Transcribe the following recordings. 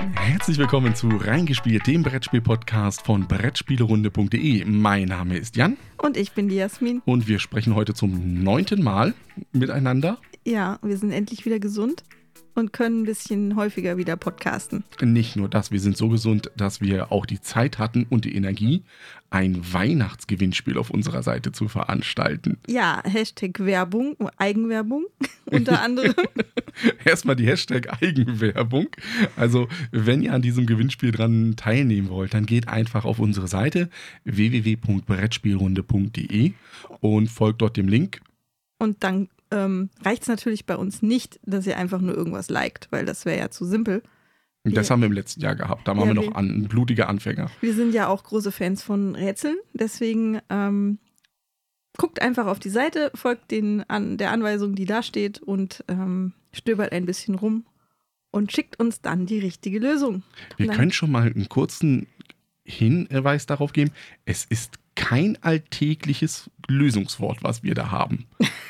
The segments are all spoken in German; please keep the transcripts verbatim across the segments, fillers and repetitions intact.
Herzlich willkommen zu Reingespielt, dem Brettspiel-Podcast von brettspielerunde punkt de. Mein Name ist Jan. Und ich bin die Jasmin. Und wir sprechen heute zum neunten Mal miteinander. Ja, wir sind endlich wieder gesund und können ein bisschen häufiger wieder podcasten. Nicht nur das, wir sind so gesund, dass wir auch die Zeit hatten und die Energie, ein Weihnachtsgewinnspiel auf unserer Seite zu veranstalten. Ja, Hashtag Werbung, Eigenwerbung unter anderem. Erstmal die Hashtag Eigenwerbung. Also wenn ihr an diesem Gewinnspiel dran teilnehmen wollt, dann geht einfach auf unsere Seite w w w punkt brettspielrunde punkt de und folgt dort dem Link. Und dann ähm, reicht es natürlich bei uns nicht, dass ihr einfach nur irgendwas liked, weil das wäre ja zu simpel. Das wir, haben wir im letzten Jahr gehabt. Da waren ja, wir noch an, blutige Anfänger. Wir sind ja auch große Fans von Rätseln. Deswegen ähm, guckt einfach auf die Seite, folgt den an, der Anweisung, die da steht und ähm, stöbert ein bisschen rum und schickt uns dann die richtige Lösung. Wir dann, können schon mal einen kurzen Hinweis darauf geben. Es ist kein alltägliches Lösungswort, was wir da haben.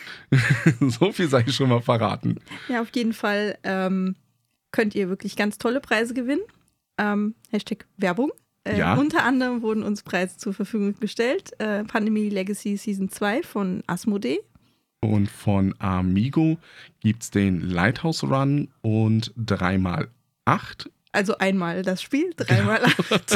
So viel sei ich schon mal verraten. Ja, auf jeden Fall ähm, könnt ihr wirklich ganz tolle Preise gewinnen. Ähm, Hashtag Werbung. Äh, Ja. Unter anderem wurden uns Preise zur Verfügung gestellt. Äh, Pandemie Legacy Season zwei von Asmodee. Und von Amigo gibt es den Lighthouse Run und drei mal acht. Also einmal das Spiel, dreimal acht.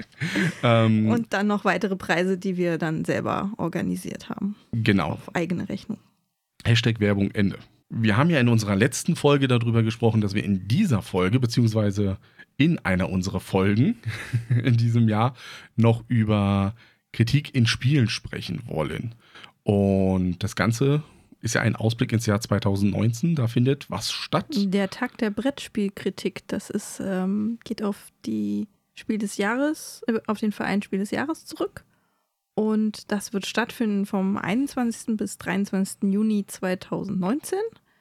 ähm, Und dann noch weitere Preise, die wir dann selber organisiert haben. genau. Auf eigene Rechnung. Hashtag Werbung Ende. Wir haben ja in unserer letzten Folge darüber gesprochen, dass wir in dieser Folge, beziehungsweise in einer unserer Folgen in diesem Jahr, noch über Kritik in Spielen sprechen wollen. Und das Ganze ist ja ein Ausblick ins Jahr zwanzig neunzehn. Da findet was statt? Der Tag der Brettspielkritik, das ist, ähm, geht auf die Spiel des Jahres, äh, auf den Verein Spiel des Jahres zurück. Und das wird stattfinden vom einundzwanzigsten bis dreiundzwanzigsten Juni zweitausendneunzehn.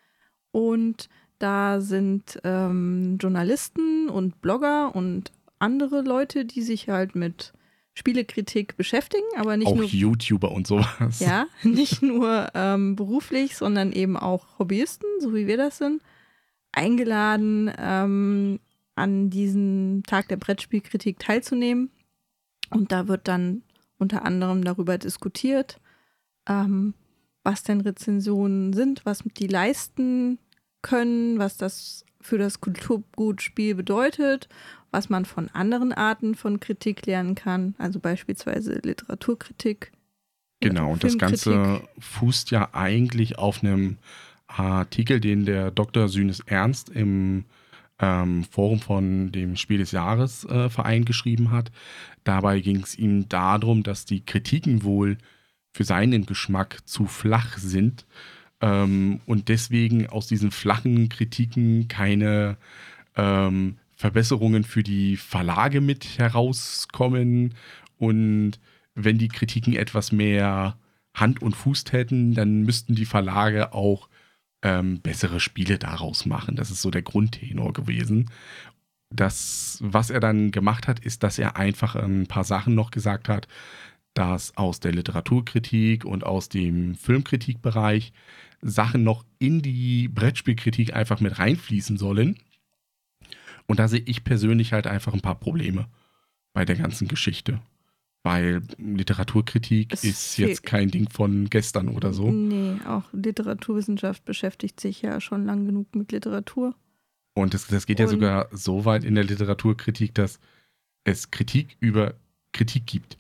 Und da sind ähm, Journalisten und Blogger und andere Leute, die sich halt mit Spielekritik beschäftigen, aber nicht auch nur YouTuber und sowas. Ja, nicht nur ähm, beruflich, sondern eben auch Hobbyisten, so wie wir das sind, eingeladen, ähm, an diesem Tag der Brettspielkritik teilzunehmen. Und da wird dann unter anderem darüber diskutiert, ähm, was denn Rezensionen sind, was die leisten können, was das für das Kulturgutspiel bedeutet, was man von anderen Arten von Kritik lernen kann, also beispielsweise Literaturkritik. Genau, und das Ganze fußt ja eigentlich auf einem Artikel, den der Doktor Sünes Ernst im ähm, Forum von dem Spiel des Jahres äh, Verein geschrieben hat. Dabei ging es ihm darum, dass die Kritiken wohl für seinen Geschmack zu flach sind ähm, und deswegen aus diesen flachen Kritiken keine ähm, Verbesserungen für die Verlage mit herauskommen. Und wenn die Kritiken etwas mehr Hand und Fuß hätten, dann müssten die Verlage auch ähm, bessere Spiele daraus machen. Das ist so der Grundtenor gewesen. Das, was er dann gemacht hat, ist, dass er einfach ein paar Sachen noch gesagt hat, dass aus der Literaturkritik und aus dem Filmkritikbereich Sachen noch in die Brettspielkritik einfach mit reinfließen sollen. Und da sehe ich persönlich halt einfach ein paar Probleme bei der ganzen Geschichte. Weil Literaturkritik Es ist fehlt- jetzt kein Ding von gestern oder so. Nee, auch Literaturwissenschaft beschäftigt sich ja schon lang genug mit Literatur. Und das, das geht ja Und- sogar so weit in der Literaturkritik, dass es Kritik über Kritik gibt.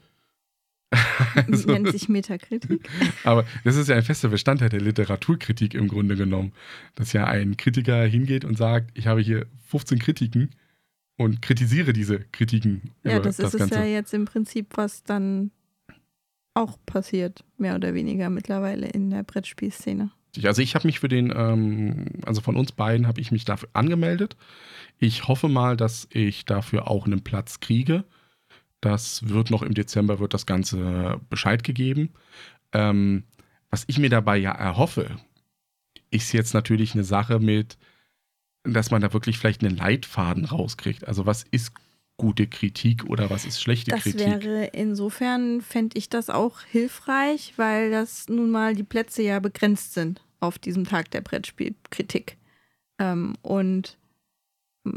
Also, Nennt sich Metakritik. aber das ist ja ein fester Bestandteil der Literaturkritik im Grunde genommen. Dass ja ein Kritiker hingeht und sagt, ich habe hier fünfzehn Kritiken und kritisiere diese Kritiken Ja, über das das ist es Ganze. ja jetzt im Prinzip, was dann auch passiert, mehr oder weniger mittlerweile in der Brettspielszene. Also ich habe mich für den, ähm, also von uns beiden habe ich mich dafür angemeldet. Ich hoffe mal, dass ich dafür auch einen Platz kriege. Das wird noch im Dezember, wird das Ganze Bescheid gegeben. Ähm, was ich mir dabei ja erhoffe, ist jetzt natürlich eine Sache mit, dass man da wirklich vielleicht einen Leitfaden rauskriegt. Also was ist gute Kritik oder was ist schlechte Das Kritik? wäre insofern, fände ich das auch hilfreich, weil das nun mal die Plätze ja begrenzt sind auf diesem Tag der Brettspielkritik. Ähm, und ähm,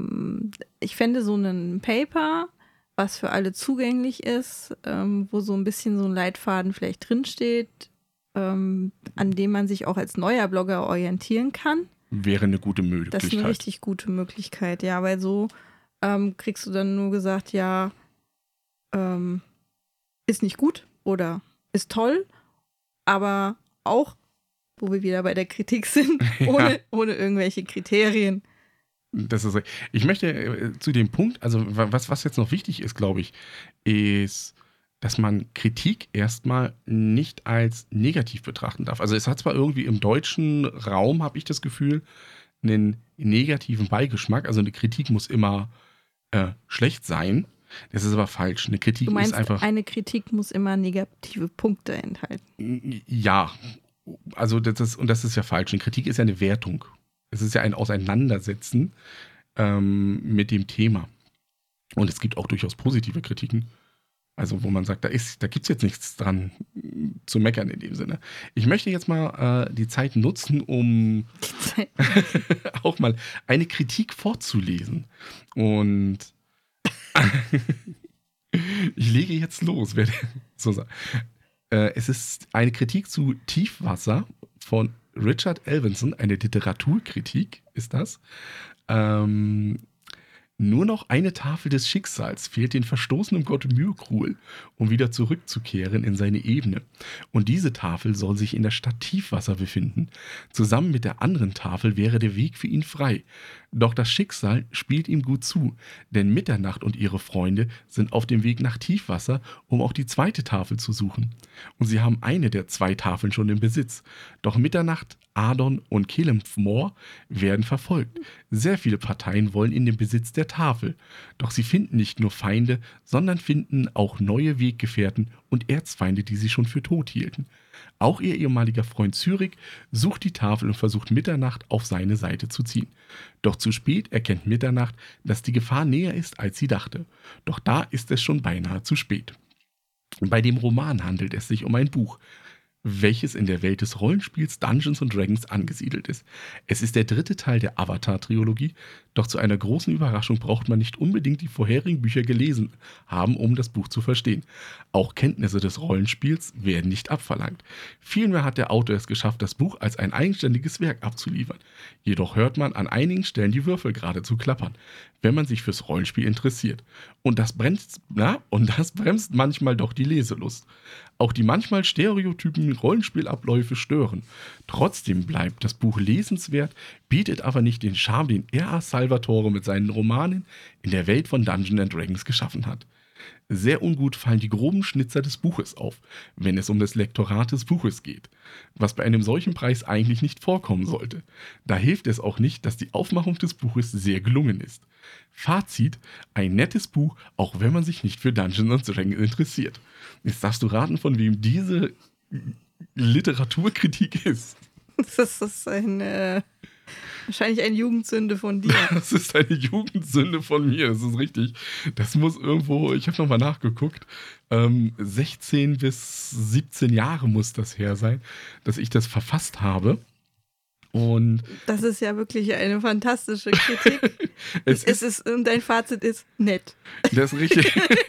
ähm, ich fände so ein Paper, was für alle zugänglich ist, ähm, wo so ein bisschen so ein Leitfaden vielleicht drinsteht, ähm, an dem man sich auch als neuer Blogger orientieren kann. Wäre eine gute Möglichkeit. Das ist eine richtig gute Möglichkeit, ja, weil so ähm, kriegst du dann nur gesagt, ja, ähm, ist nicht gut oder ist toll, aber auch, wo wir wieder bei der Kritik sind, ohne, ja. ohne irgendwelche Kriterien. Das ist, ich möchte äh, zu dem Punkt, also was, was jetzt noch wichtig ist, glaube ich, ist, dass man Kritik erstmal nicht als negativ betrachten darf. Also es hat zwar irgendwie im deutschen Raum, habe ich das Gefühl, einen negativen Beigeschmack. Also eine Kritik muss immer äh, schlecht sein. Das ist aber falsch. Eine Kritik du meinst, ist einfach. Eine Kritik muss immer negative Punkte enthalten. Ja, also das ist, und das ist ja falsch. Eine Kritik ist ja eine Wertung. Es ist ja ein Auseinandersetzen ähm, mit dem Thema. Und es gibt auch durchaus positive Kritiken. Also wo man sagt, da ist, da gibt es jetzt nichts dran zu meckern in dem Sinne. Ich möchte jetzt mal äh, die Zeit nutzen, um Zeit. auch mal eine Kritik vorzulesen. Und ich lege jetzt los. Wer so sagt. Äh, es ist eine Kritik zu Tiefwasser von Richard Elvinson, eine Literaturkritik ist das. Ähm, nur noch eine Tafel des Schicksals fehlt den verstoßenen Gott Myrkrul, um wieder zurückzukehren in seine Ebene. Und diese Tafel soll sich in der Stadt Tiefwasser befinden. Zusammen mit der anderen Tafel wäre der Weg für ihn frei. Doch das Schicksal spielt ihm gut zu, denn Mitternacht und ihre Freunde sind auf dem Weg nach Tiefwasser, um auch die zweite Tafel zu suchen. Und sie haben eine der zwei Tafeln schon im Besitz. Doch Mitternacht, Adon und Kelemfmor werden verfolgt. Sehr viele Parteien wollen in den Besitz der Tafel. Doch sie finden nicht nur Feinde, sondern finden auch neue Weggefährten und Erzfeinde, die sie schon für tot hielten. Auch ihr ehemaliger Freund Cyric sucht die Tafel und versucht Mitternacht auf seine Seite zu ziehen. Doch zu spät erkennt Mitternacht, dass die Gefahr näher ist, als sie dachte. Doch da ist es schon beinahe zu spät. Bei dem Roman handelt es sich um ein Buch, welches in der Welt des Rollenspiels Dungeons and Dragons angesiedelt ist. Es ist der dritte Teil der Avatar-Trilogie, doch zu einer großen Überraschung braucht man nicht unbedingt die vorherigen Bücher gelesen haben, um das Buch zu verstehen. Auch Kenntnisse des Rollenspiels werden nicht abverlangt. Vielmehr hat der Autor es geschafft, das Buch als ein eigenständiges Werk abzuliefern. Jedoch hört man an einigen Stellen die Würfel geradezu klappern, wenn man sich fürs Rollenspiel interessiert. Und das bremst, na, und das bremst manchmal doch die Leselust. Auch die manchmal stereotypen Rollenspielabläufe stören. Trotzdem bleibt das Buch lesenswert, bietet aber nicht den Charme, den R A. Salvatore mit seinen Romanen in der Welt von Dungeons and Dragons geschaffen hat. Sehr ungut fallen die groben Schnitzer des Buches auf, wenn es um das Lektorat des Buches geht, was bei einem solchen Preis eigentlich nicht vorkommen sollte. Da hilft es auch nicht, dass die Aufmachung des Buches sehr gelungen ist. Fazit: ein nettes Buch, auch wenn man sich nicht für Dungeons and Dragons interessiert. Jetzt darfst du raten, von wem diese Literaturkritik ist. Das ist eine, wahrscheinlich eine Jugendsünde von dir. Das ist eine Jugendsünde von mir, das ist richtig. Das muss irgendwo, ich habe nochmal nachgeguckt, ähm, sechzehn bis siebzehn Jahre muss das her sein, dass ich das verfasst habe. Und das ist ja wirklich eine fantastische Kritik. es, es ist, ist, und dein Fazit ist nett. Das ist richtig.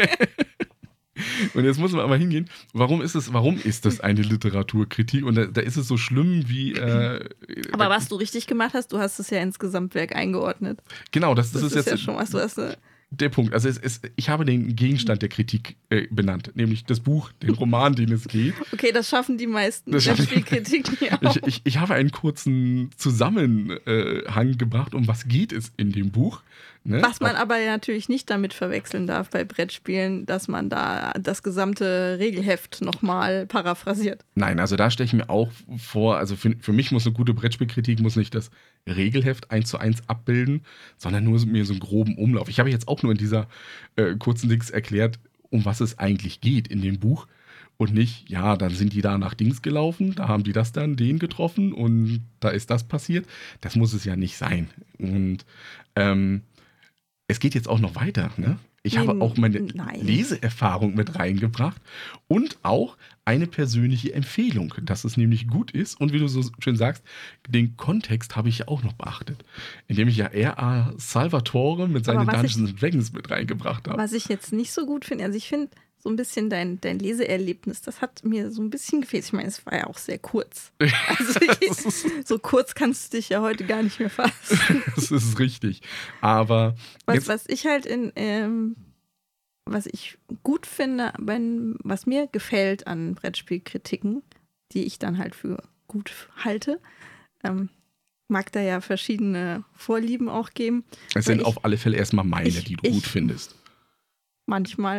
Und jetzt muss man aber hingehen, warum ist es, warum ist das eine Literaturkritik? Und da, da ist es so schlimm wie... Äh, aber was du richtig gemacht hast, du hast es ja ins Gesamtwerk eingeordnet. Genau, das, das, das ist, ist jetzt... Ja schon was, du hast eine der Punkt. Also es, es, ich habe den Gegenstand der Kritik äh, benannt, nämlich das Buch, den Roman, den es geht. Okay, das schaffen die meisten Brettspielkritiken ja auch. Ich, ich, ich habe einen kurzen Zusammenhang gebracht, um was geht es in dem Buch. Ne? Was man aber natürlich nicht damit verwechseln darf bei Brettspielen, dass man da das gesamte Regelheft nochmal paraphrasiert. Nein, also da stelle ich mir auch vor, also für, für mich muss eine gute Brettspielkritik muss nicht das Regelheft eins zu eins abbilden, sondern nur mir so einen groben Umlauf. Ich habe jetzt auch nur in dieser äh, kurzen Dings erklärt, um was es eigentlich geht in dem Buch. Und nicht, ja, dann sind die da nach Dings gelaufen, da haben die das dann, den getroffen und da ist das passiert. Das muss es ja nicht sein. Und ähm, es geht jetzt auch noch weiter, ne? Ich Nee, habe auch meine nein. Leseerfahrung mit reingebracht und auch eine persönliche Empfehlung, dass es nämlich gut ist. Und wie du so schön sagst, den Kontext habe ich ja auch noch beachtet, indem ich ja R A. Salvatore mit seinen Aber was Dungeons and Dragons mit reingebracht habe. Was ich jetzt nicht so gut finde, also ich finde so ein bisschen dein, dein Leseerlebnis, das hat mir so ein bisschen gefehlt. Ich meine, es war ja auch sehr kurz. Also ich, so kurz kannst du dich ja heute gar nicht mehr fassen. Das ist richtig. Aber Was, jetzt, was ich halt in, ähm, was ich gut finde, wenn, was mir gefällt an Brettspielkritiken, die ich dann halt für gut halte, ähm, mag da ja verschiedene Vorlieben auch geben. es sind ich, auf alle Fälle erstmal meine, ich- die du ich- gut findest. Manchmal.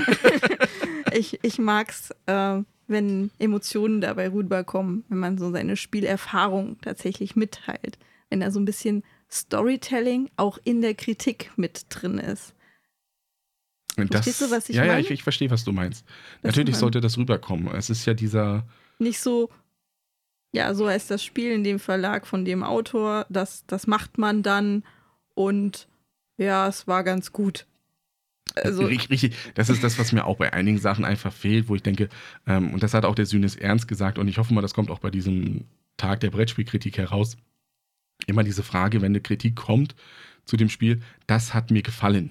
ich ich mag es, äh, wenn Emotionen dabei rüberkommen, wenn man so seine Spielerfahrung tatsächlich mitteilt. Wenn da so ein bisschen Storytelling auch in der Kritik mit drin ist. Und das, Verstehst du, was ich ja, ja, meine? ich, ich verstehe, was du meinst. Das Natürlich man- sollte das rüberkommen. Es ist ja dieser, Nicht so, ja, so heißt das Spiel in dem Verlag von dem Autor, das, das macht man dann und ja, es war ganz gut. Also, Richtig, richtig, das ist das, was mir auch bei einigen Sachen einfach fehlt, wo ich denke, ähm, und das hat auch der Sünes Ernst gesagt, und ich hoffe mal, das kommt auch bei diesem Tag der Brettspielkritik heraus. Immer diese Frage, wenn eine Kritik kommt zu dem Spiel, das hat mir gefallen.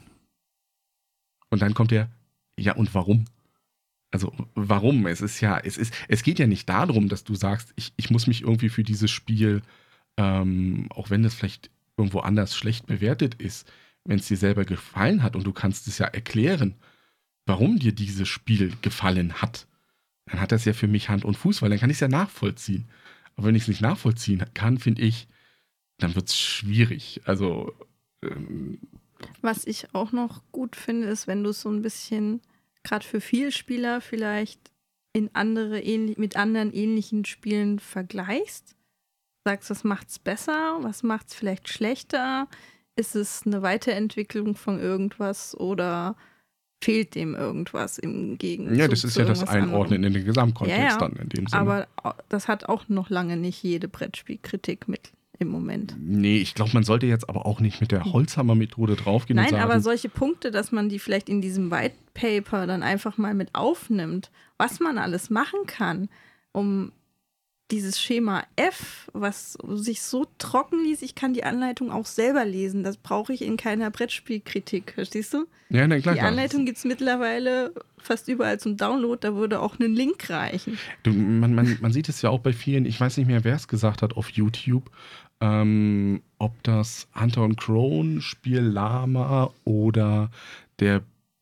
Und dann kommt der, ja, und warum? Also, warum? Es ist ja, es ist, es geht ja nicht darum, dass du sagst, ich, ich muss mich irgendwie für dieses Spiel, ähm, auch wenn es vielleicht irgendwo anders schlecht bewertet ist, wenn es dir selber gefallen hat und du kannst es ja erklären, warum dir dieses Spiel gefallen hat, dann hat das ja für mich Hand und Fuß, weil dann kann ich es ja nachvollziehen. Aber wenn ich es nicht nachvollziehen kann, finde ich, dann wird es schwierig. Also, ähm, was ich auch noch gut finde, ist, wenn du es so ein bisschen, gerade für Vielspieler vielleicht in andere ähnlich, mit anderen ähnlichen Spielen vergleichst. Sagst, was macht's besser, was macht's vielleicht schlechter? Ist es eine Weiterentwicklung von irgendwas oder fehlt dem irgendwas im Gegenzug? ja, das ist zu ja das irgendwas anderem? Einordnen in den Gesamtkontext Ja, ja. dann in dem Sinne. Aber au- das hat auch noch lange nicht jede Brettspielkritik mit im Moment. Nee, ich glaube, man sollte jetzt aber auch nicht mit der Holzhammer-Methode draufgehen und Nein, sagen, aber solche Punkte, dass man die vielleicht in diesem White Paper dann einfach mal mit aufnimmt, was man alles machen kann, um dieses Schema F, was sich so trocken liest, ich kann die Anleitung auch selber lesen. Das brauche ich in keiner Brettspielkritik, verstehst du? ja, nein, klar, Die klar. Anleitung gibt es mittlerweile fast überall zum Download, da würde auch ein Link reichen. Du, man, man, man sieht es ja auch bei vielen, ich weiß nicht mehr, wer es gesagt hat auf YouTube, ähm, ob das Hunter und Crone, Spiel Lama oder der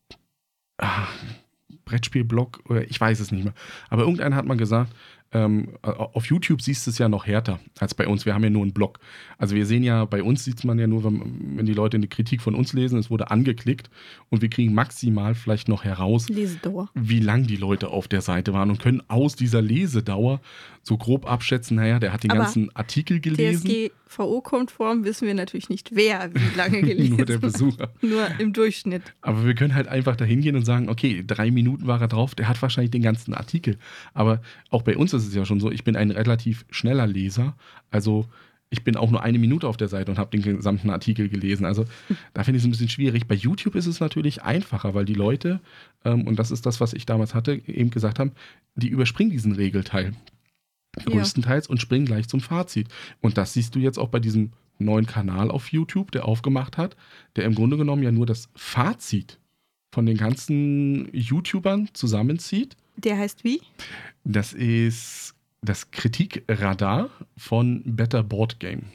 ah, Brettspielblog, oder ich weiß es nicht mehr. Aber irgendeiner hat mal gesagt, ähm, auf YouTube siehst du es ja noch härter als bei uns. Wir haben ja nur einen Blog. Also wir sehen ja, bei uns sieht man ja nur, wenn, wenn die Leute eine Kritik von uns lesen, es wurde angeklickt und wir kriegen maximal vielleicht noch heraus, Lesedauer. wie lang die Leute auf der Seite waren und können aus dieser Lesedauer so grob abschätzen, naja, der hat den Aber ganzen Artikel D S gelesen. G V O-konform wissen wir natürlich nicht, wer wie lange gelesen Nur der hat. Besucher. Nur im Durchschnitt. Aber wir können halt einfach da hingehen und sagen, okay, drei Minuten war er drauf, der hat wahrscheinlich den ganzen Artikel. Aber auch bei uns ist es ja schon so, ich bin ein relativ schneller Leser. Also ich bin auch nur eine Minute auf der Seite und habe den gesamten Artikel gelesen. Also da finde ich es ein bisschen schwierig. Bei YouTube ist es natürlich einfacher, weil die Leute, ähm, und das ist das, was ich damals hatte, eben gesagt haben, die überspringen diesen Regelteil größtenteils und springen gleich zum Fazit. Und das siehst du jetzt auch bei diesem neuen Kanal auf YouTube, der aufgemacht hat, der im Grunde genommen ja nur das Fazit von den ganzen YouTubern zusammenzieht. Der heißt wie? Das ist das Kritikradar von Better Board Game.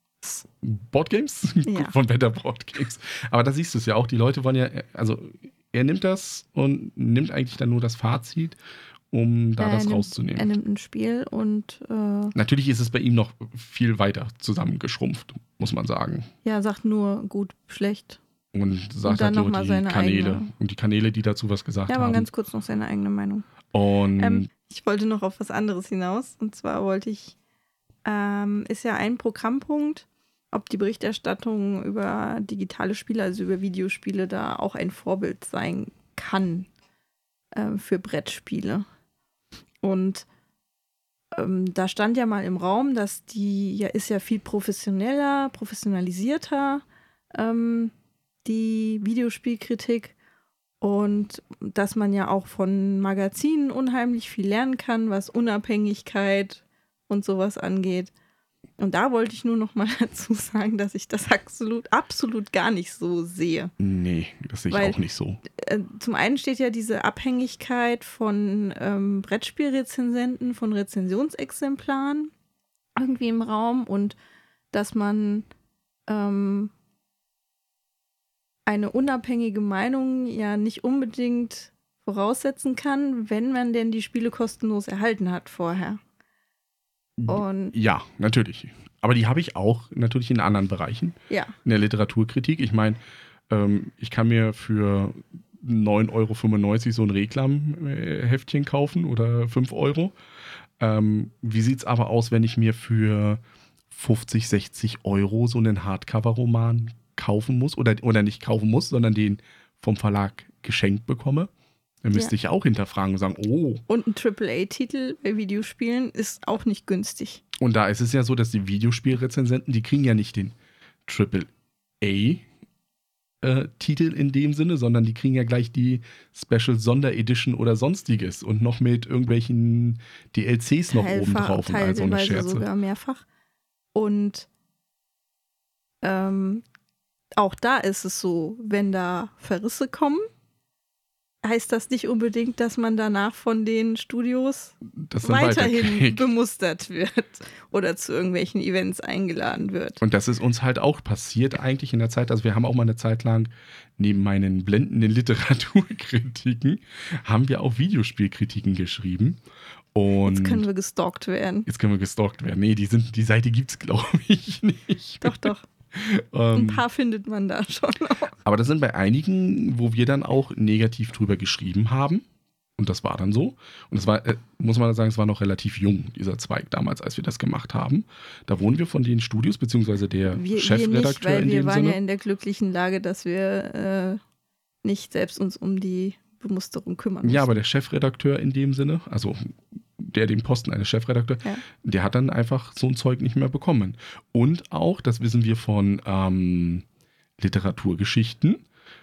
Board Games? Ja. Von Better Board Games. Aber da siehst du es ja auch, die Leute wollen ja, also er nimmt das und nimmt eigentlich dann nur das Fazit, um da er das nimmt, rauszunehmen. Er nimmt ein Spiel und äh, Natürlich ist es bei ihm noch viel weiter zusammengeschrumpft, muss man sagen. ja, sagt nur gut, schlecht. Und sagt dann halt nur noch mal die seine Kanäle. eigene. Und die Kanäle, die dazu was gesagt Ja, aber haben. ganz kurz noch seine eigene Meinung. Und Ähm, ich wollte noch auf was anderes hinaus. Und zwar wollte ich, ähm, ist ja ein Programmpunkt, ob die Berichterstattung über digitale Spiele, also über Videospiele, da auch ein Vorbild sein kann ähm, für Brettspiele. Und ähm, da stand ja mal im Raum, dass die, ja, ist ja viel professioneller, professionalisierter, ähm, die Videospielkritik. Und dass man ja auch von Magazinen unheimlich viel lernen kann, was Unabhängigkeit und sowas angeht. Und da wollte ich nur noch mal dazu sagen, dass ich das absolut, absolut gar nicht so sehe. Nee, das sehe ich Weil, auch nicht so. Äh, zum einen steht ja diese Abhängigkeit von ähm, Brettspielrezensenten, von Rezensionsexemplaren irgendwie im Raum und dass man ähm, eine unabhängige Meinung ja nicht unbedingt voraussetzen kann, wenn man denn die Spiele kostenlos erhalten hat vorher. Und ja, natürlich. Aber die habe ich auch natürlich in anderen Bereichen. Ja. In der Literaturkritik. Ich meine, ähm, ich kann mir für neun Euro fünfundneunzig so ein Reklamheftchen kaufen oder fünf Euro. Ähm, wie sieht es aber aus, wenn ich mir für fünfzig, sechzig Euro so einen Hardcover-Roman kaufen muss? Oder, oder nicht kaufen muss, sondern den vom Verlag geschenkt bekomme? Dann müsste Ja. ich auch hinterfragen und sagen, oh. Und ein Triple A-Titel bei Videospielen ist auch nicht günstig. Und da ist es ja so, dass die Videospielrezensenten, die kriegen ja nicht den Triple A-Titel in dem Sinne, sondern die kriegen ja gleich die Special Sonderedition oder sonstiges und noch mit irgendwelchen D L Cs noch oben drauf und all so eine Scherze. Sogar mehrfach. Und ähm, auch da ist es so, wenn da Verrisse kommen, heißt das nicht unbedingt, dass man danach von den Studios weiterhin bemustert wird oder zu irgendwelchen Events eingeladen wird. Und das ist uns halt auch passiert eigentlich in der Zeit. Also wir haben auch mal eine Zeit lang neben meinen blendenden Literaturkritiken haben wir auch Videospielkritiken geschrieben. Und jetzt können wir gestalkt werden. Jetzt können wir gestalkt werden. Nee, die, sind, die Seite gibt es, glaube ich, nicht. Doch, doch. Ein paar findet man da schon auch. Aber das sind bei einigen, wo wir dann auch negativ drüber geschrieben haben. Und das war dann so. Und das war, äh, muss man sagen, es war noch relativ jung, dieser Zweig damals, als wir das gemacht haben. Da wurden wir von den Studios, beziehungsweise der wir, Chefredakteur wir nicht, weil in wir dem waren Sinne. ja in der glücklichen Lage, dass wir äh, nicht selbst uns um die Bemusterung kümmern mussten. Ja, aber der Chefredakteur in dem Sinne, also der den Posten eines Chefredakteurs, ja. der hat dann einfach so ein Zeug nicht mehr bekommen. Und auch, das wissen wir von ähm, Literaturgeschichten,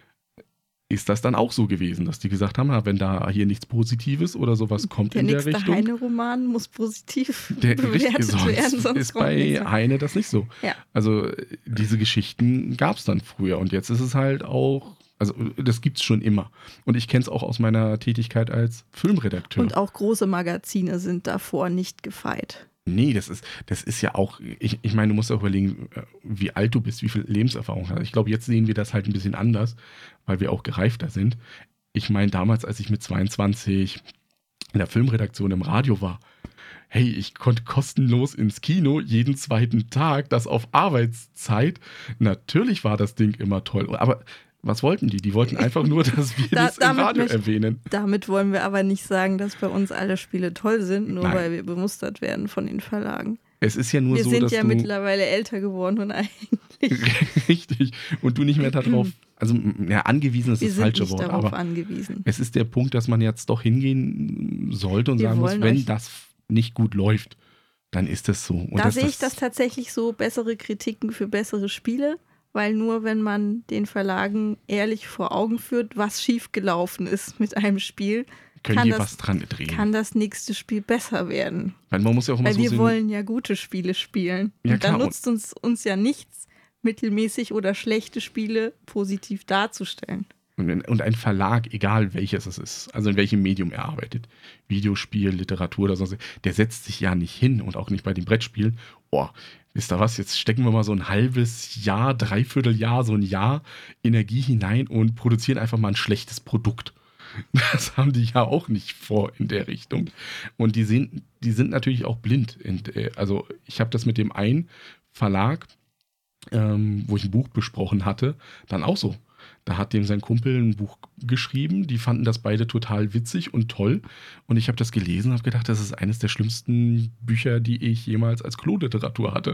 ist das dann auch so gewesen, dass die gesagt haben, na, wenn da hier nichts Positives oder sowas kommt der in der Richtung. Der nächste Heine-Roman muss positiv der, bewertet richtig, sonst werden, sonst ist bei Heine das nicht so. Ja. Also diese Geschichten gab es dann früher und jetzt ist es halt auch, also das gibt es schon immer. Und ich kenne es auch aus meiner Tätigkeit als Filmredakteur. Und auch große Magazine sind davor nicht gefeit. Nee, das ist, das ist ja auch, ich, ich meine, du musst auch überlegen, wie alt du bist, wie viel Lebenserfahrung hast. Ich glaube, jetzt sehen wir das halt ein bisschen anders, weil wir auch gereifter sind. Ich meine, damals, als ich mit zweiundzwanzig in der Filmredaktion im Radio war, hey, ich konnte kostenlos ins Kino jeden zweiten Tag, das auf Arbeitszeit. Natürlich war das Ding immer toll, aber was wollten die? Die wollten einfach nur, dass wir da, das im Radio möchte, erwähnen. Damit wollen wir aber nicht sagen, dass bei uns alle Spiele toll sind, nur Nein. weil wir bemustert werden von den Verlagen. Es ist ja nur wir so, dass dass Wir sind ja du mittlerweile älter geworden und eigentlich... Richtig. Und du nicht mehr darauf, also ja, angewiesen ist wir das falsche sind nicht Wort, darauf aber angewiesen. Es ist der Punkt, dass man jetzt doch hingehen sollte und wir sagen muss, wenn euch, das nicht gut läuft, dann ist das so. Und da das, sehe ich das tatsächlich so, bessere Kritiken für bessere Spiele. Weil nur wenn man den Verlagen ehrlich vor Augen führt, was schiefgelaufen ist mit einem Spiel, können kann, die das, was dran drehen. kann das nächste Spiel besser werden. Weil man muss ja auch immer Weil so wir sehen, wollen ja gute Spiele spielen. Ja, und dann klar. nutzt uns, uns ja nichts, mittelmäßig oder schlechte Spiele positiv darzustellen. Und, und ein Verlag, egal welches es ist, also in welchem Medium er arbeitet, Videospiel, Literatur oder sonst, der setzt sich ja nicht hin und auch nicht bei den Brettspielen, oh, wisst ihr was, jetzt stecken wir mal so ein halbes Jahr, dreiviertel Jahr, so ein Jahr Energie hinein und produzieren einfach mal ein schlechtes Produkt. Das haben die ja auch nicht vor in der Richtung. Und die sind, die sind natürlich auch blind. Also ich habe das mit dem einen Verlag, ähm, wo ich ein Buch besprochen hatte, dann auch so. Da hat dem sein Kumpel ein Buch geschrieben, die fanden das beide total witzig und toll. Und ich habe das gelesen und habe gedacht, das ist eines der schlimmsten Bücher, die ich jemals als Kloliteratur hatte.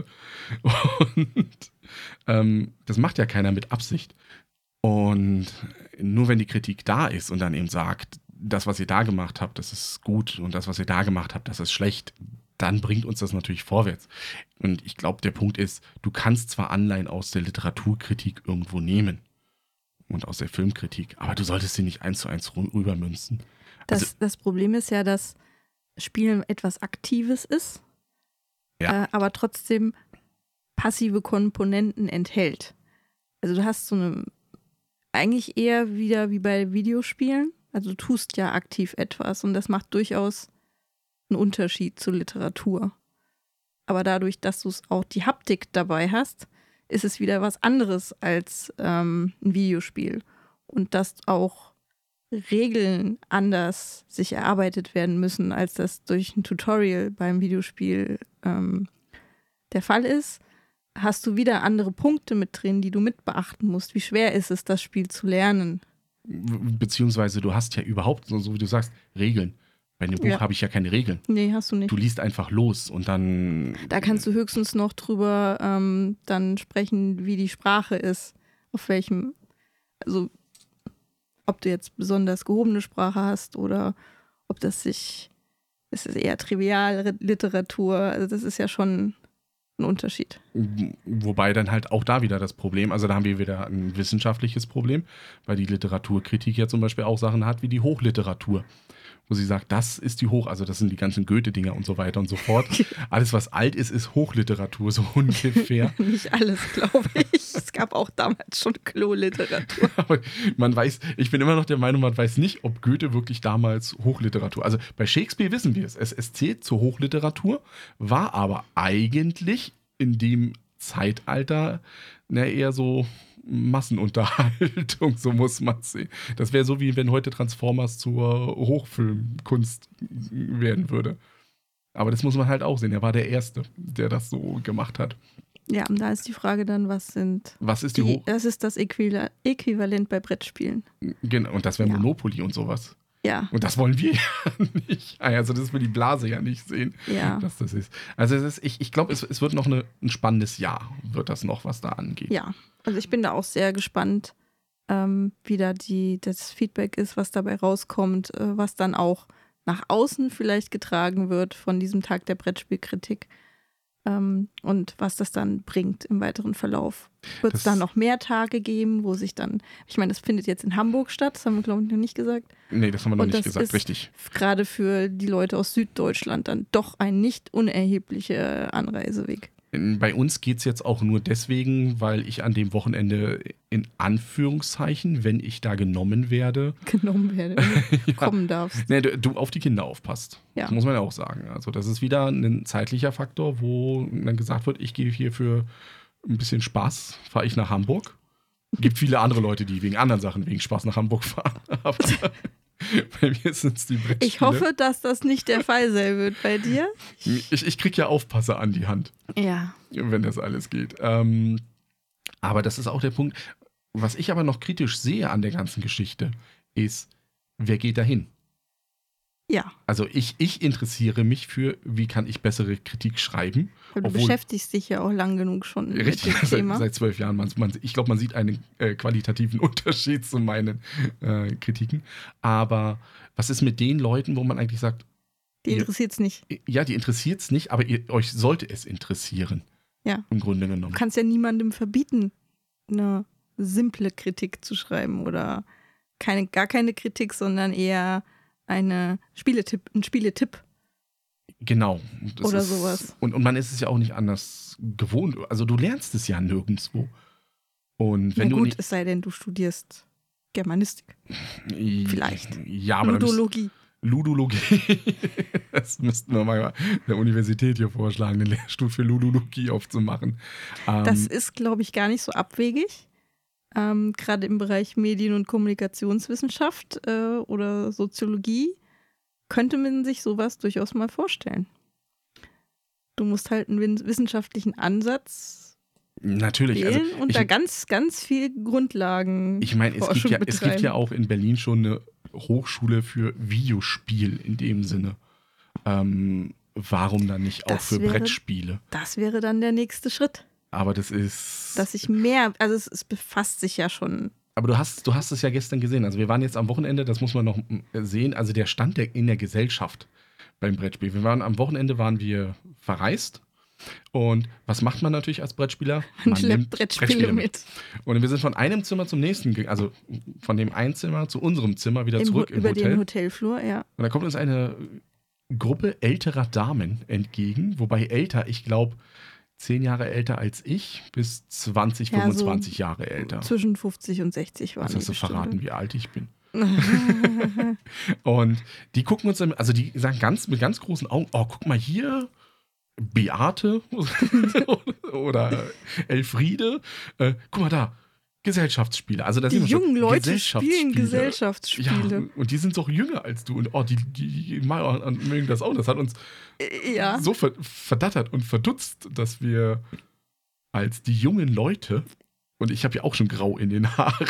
Und ähm, das macht ja keiner mit Absicht. Und nur wenn die Kritik da ist und dann eben sagt, das, was ihr da gemacht habt, das ist gut und das, was ihr da gemacht habt, das ist schlecht, dann bringt uns das natürlich vorwärts. Und ich glaube, der Punkt ist, du kannst zwar Anleihen aus der Literaturkritik irgendwo nehmen, und aus der Filmkritik. Aber du solltest sie nicht eins zu eins rübermünzen. Das, Also, das Problem ist ja, dass Spielen etwas Aktives ist, Ja. äh, aber trotzdem passive Komponenten enthält. Also du hast so eine, eigentlich eher wieder wie bei Videospielen, also du tust ja aktiv etwas und das macht durchaus einen Unterschied zur Literatur. Aber dadurch, dass du es auch die Haptik dabei hast, ist es wieder was anderes als ähm, ein Videospiel. Und dass auch Regeln anders sich erarbeitet werden müssen, als das durch ein Tutorial beim Videospiel ähm, der Fall ist, hast du wieder andere Punkte mit drin, die du mit beachten musst. Wie schwer ist es, das Spiel zu lernen? beziehungsweise du hast ja überhaupt, so, so wie du sagst, Regeln. Bei einem Buch Ja. habe ich ja keine Regeln. Nee, hast du nicht. Du liest einfach los und dann. Da kannst du höchstens noch drüber ähm, dann sprechen, wie die Sprache ist. Auf welchem, also ob du jetzt besonders gehobene Sprache hast oder ob das sich, es ist eher Trivialliteratur. Also das ist ja schon ein Unterschied. Wobei dann halt auch da wieder das Problem, also da haben wir wieder ein wissenschaftliches Problem, weil die Literaturkritik ja zum Beispiel auch Sachen hat wie die Hochliteratur, wo sie sagt, das ist die Hoch, also das sind die ganzen Goethe-Dinger und so weiter und so fort. Alles, was alt ist, ist Hochliteratur, so ungefähr. Nicht alles, glaube ich. Es gab auch damals schon Klo-Literatur. Aber man weiß, ich bin immer noch der Meinung, man weiß nicht, ob Goethe wirklich damals Hochliteratur, also bei Shakespeare wissen wir es, es, es zählt zur Hochliteratur, war aber eigentlich in dem Zeitalter na, eher so Massenunterhaltung, so muss man es sehen. Das wäre so, wie wenn heute Transformers zur Hochfilmkunst werden würde. Aber das muss man halt auch sehen. Er war der Erste, der das so gemacht hat. Ja, und da ist die Frage dann, was sind Was ist die, die Hoch... das ist das Äquival- Äquivalent bei Brettspielen. Genau, und das wäre Ja. Monopoly und sowas. Ja, Und das wollen wir ja nicht. Also das will die Blase ja nicht sehen, ja, dass das ist. Also es ist, ich, ich glaube, es, es wird noch eine, ein spannendes Jahr, wird das noch, was da angeht. ja. Also ich bin da auch sehr gespannt, ähm, wie da die, das Feedback ist, was dabei rauskommt, äh, was dann auch nach außen vielleicht getragen wird von diesem Tag der Brettspielkritik. Ähm, und was das dann bringt im weiteren Verlauf. Wird es Das- da noch mehr Tage geben, wo sich dann, ich meine, das findet jetzt in Hamburg statt, das haben wir, glaube ich, noch nicht gesagt. Nee, das haben wir noch Und nicht das gesagt, ist richtig. gerade für die Leute aus Süddeutschland dann doch ein nicht unerheblicher Anreiseweg. Bei uns geht es jetzt auch nur deswegen, weil ich an dem Wochenende in Anführungszeichen, wenn ich da genommen werde, Genommen werde, wenn du kommen darfst. nee, du, du auf die Kinder aufpasst. Ja. Das muss man ja auch sagen. Also das ist wieder ein zeitlicher Faktor, wo dann gesagt wird, ich gehe hier für ein bisschen Spaß, fahre ich nach Hamburg. Gibt viele andere Leute, die wegen anderen Sachen wegen Spaß nach Hamburg fahren. Aber bei mir sind es die Brettspiele. Ich hoffe, dass das nicht der Fall sein wird bei dir. Ich, ich krieg ja Aufpasser an die Hand, Ja. wenn das alles geht. Ähm, aber das ist auch der Punkt. Was ich aber noch kritisch sehe an der ganzen Geschichte, ist, wer geht dahin? Ja. Also ich, ich interessiere mich für, wie kann ich bessere Kritik schreiben. Weil du Obwohl- beschäftigst dich ja auch lang genug schon mit Richtig, dem seit, Thema. seit zwölf Jahren. Man, man, ich glaube, man sieht einen äh, qualitativen Unterschied zu meinen äh, Kritiken. Aber was ist mit den Leuten, wo man eigentlich sagt, Die ihr- interessiert es nicht. ja, die interessiert es nicht, aber ihr, euch sollte es interessieren. Ja. Im Grunde genommen. Du kannst ja niemandem verbieten, eine simple Kritik zu schreiben oder keine, gar keine Kritik, sondern eher eine Spieletipp, ein Spieletipp. Genau. Das Oder ist, sowas. Und, und man ist es ja auch nicht anders gewohnt. Also du lernst es ja nirgendwo. Und wenn Na du gut, es sei denn, du studierst Germanistik, nicht, vielleicht. Ja, aber dann müsst- Ludologie. Ludologie. Das müssten wir mal der Universität hier vorschlagen, den Lehrstuhl für Ludologie aufzumachen. Ähm, Das ist, glaube ich, gar nicht so abwegig. Ähm, Gerade im Bereich Medien- und Kommunikationswissenschaft äh, oder Soziologie könnte man sich sowas durchaus mal vorstellen. Du musst halt einen win- wissenschaftlichen Ansatz natürlich. wählen Also, und ich, da ganz, ganz viel Grundlagen. ich meine, es, gibt Forschung ja, es gibt ja betreiben. auch in Berlin schon eine Hochschule für Videospiel in dem Sinne. Ähm, warum dann nicht auch Das für wäre- Brettspiele? Das wäre dann der nächste Schritt, Aber das ist. dass ich mehr, also es, es befasst sich ja schon. Aber du hast, du hast es ja gestern gesehen. Also wir waren jetzt am Wochenende, das muss man noch mm, sehen, also der Stand der, in der Gesellschaft beim Brettspiel. Wir waren am Wochenende waren wir verreist Und was macht man natürlich als Brettspieler? Man Man schleppt nimmt Brettspiele, Brettspiele mit. Und wir sind von einem Zimmer zum nächsten, ge- also von dem einen Zimmer zu unserem Zimmer wieder Im, zurück Ho- im über Hotel. den Hotelflur, ja. Und da kommt uns eine Gruppe älterer Damen entgegen, wobei älter, ich glaube, zehn Jahre älter als ich, bis zwanzig, Ja, so fünfundzwanzig Jahre älter. Zwischen fünfzig und sechzig waren Jetzt hast die du bestimmt. verraten, wie alt ich bin. Und die gucken uns, dann- also die sagen ganz mit ganz großen Augen, oh, guck mal hier, Beate oder Elfriede, äh, guck mal da, Gesellschaftsspiele. Also da Die sind wir schon. jungen Leute spielen Gesellschaftsspiele. Gesellschaftsspiele. Ja, und die sind doch jünger als du. Und oh, die, die, die mögen das auch. Das hat uns Ja. so ver verdattert und verdutzt, dass wir als die jungen Leute, und ich habe ja auch schon grau in den Haaren.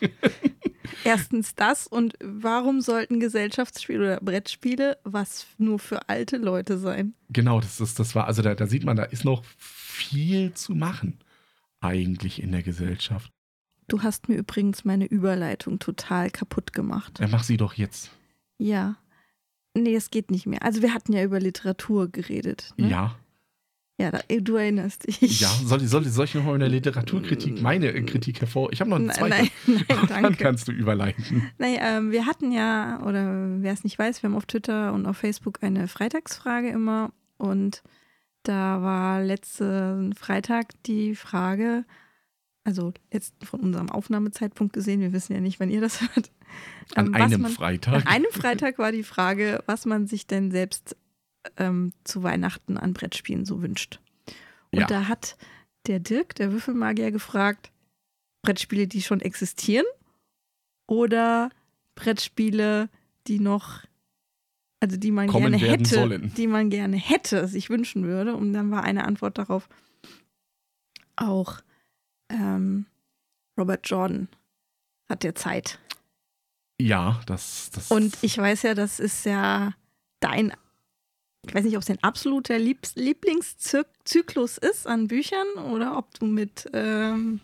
Erstens das und warum sollten Gesellschaftsspiele oder Brettspiele was nur für alte Leute sein? Genau, das, ist, das war, also da, da sieht man, da ist noch viel zu machen eigentlich in der Gesellschaft. Du hast mir übrigens meine Überleitung total kaputt gemacht. Ja, mach sie doch jetzt. Ja. Nee, es geht nicht mehr. Also wir hatten ja über Literatur geredet. Ne? Ja. Ja, da, du erinnerst dich. Ja, soll, soll, soll ich nochmal in der Literaturkritik meine Kritik hervor? Ich habe noch eine Nein, zweite. nein, nein, Dann danke. kannst du überleiten. Nee, ähm, wir hatten ja, oder wer es nicht weiß, wir haben auf Twitter und auf Facebook eine Freitagsfrage immer. Und da war letzten Freitag die Frage, also jetzt von unserem Aufnahmezeitpunkt gesehen, wir wissen ja nicht, wann ihr das hört. An ähm, was einem man, Freitag. An einem Freitag war die Frage, was man sich denn selbst ähm, zu Weihnachten an Brettspielen so wünscht. Und Ja. da hat der Dirk, der Würfelmagier, gefragt, Brettspiele, die schon existieren oder Brettspiele, die noch, also die man Kommen gerne werden hätte, sollen. die man gerne hätte, sich wünschen würde. Und dann war eine Antwort darauf auch ähm, Robert Jordan hat der Zeit. Ja, das, das. Und ich weiß ja, das ist ja dein, ich weiß nicht, ob es dein absoluter Liebs Lieblingszyklus ist an Büchern oder ob du mit ähm,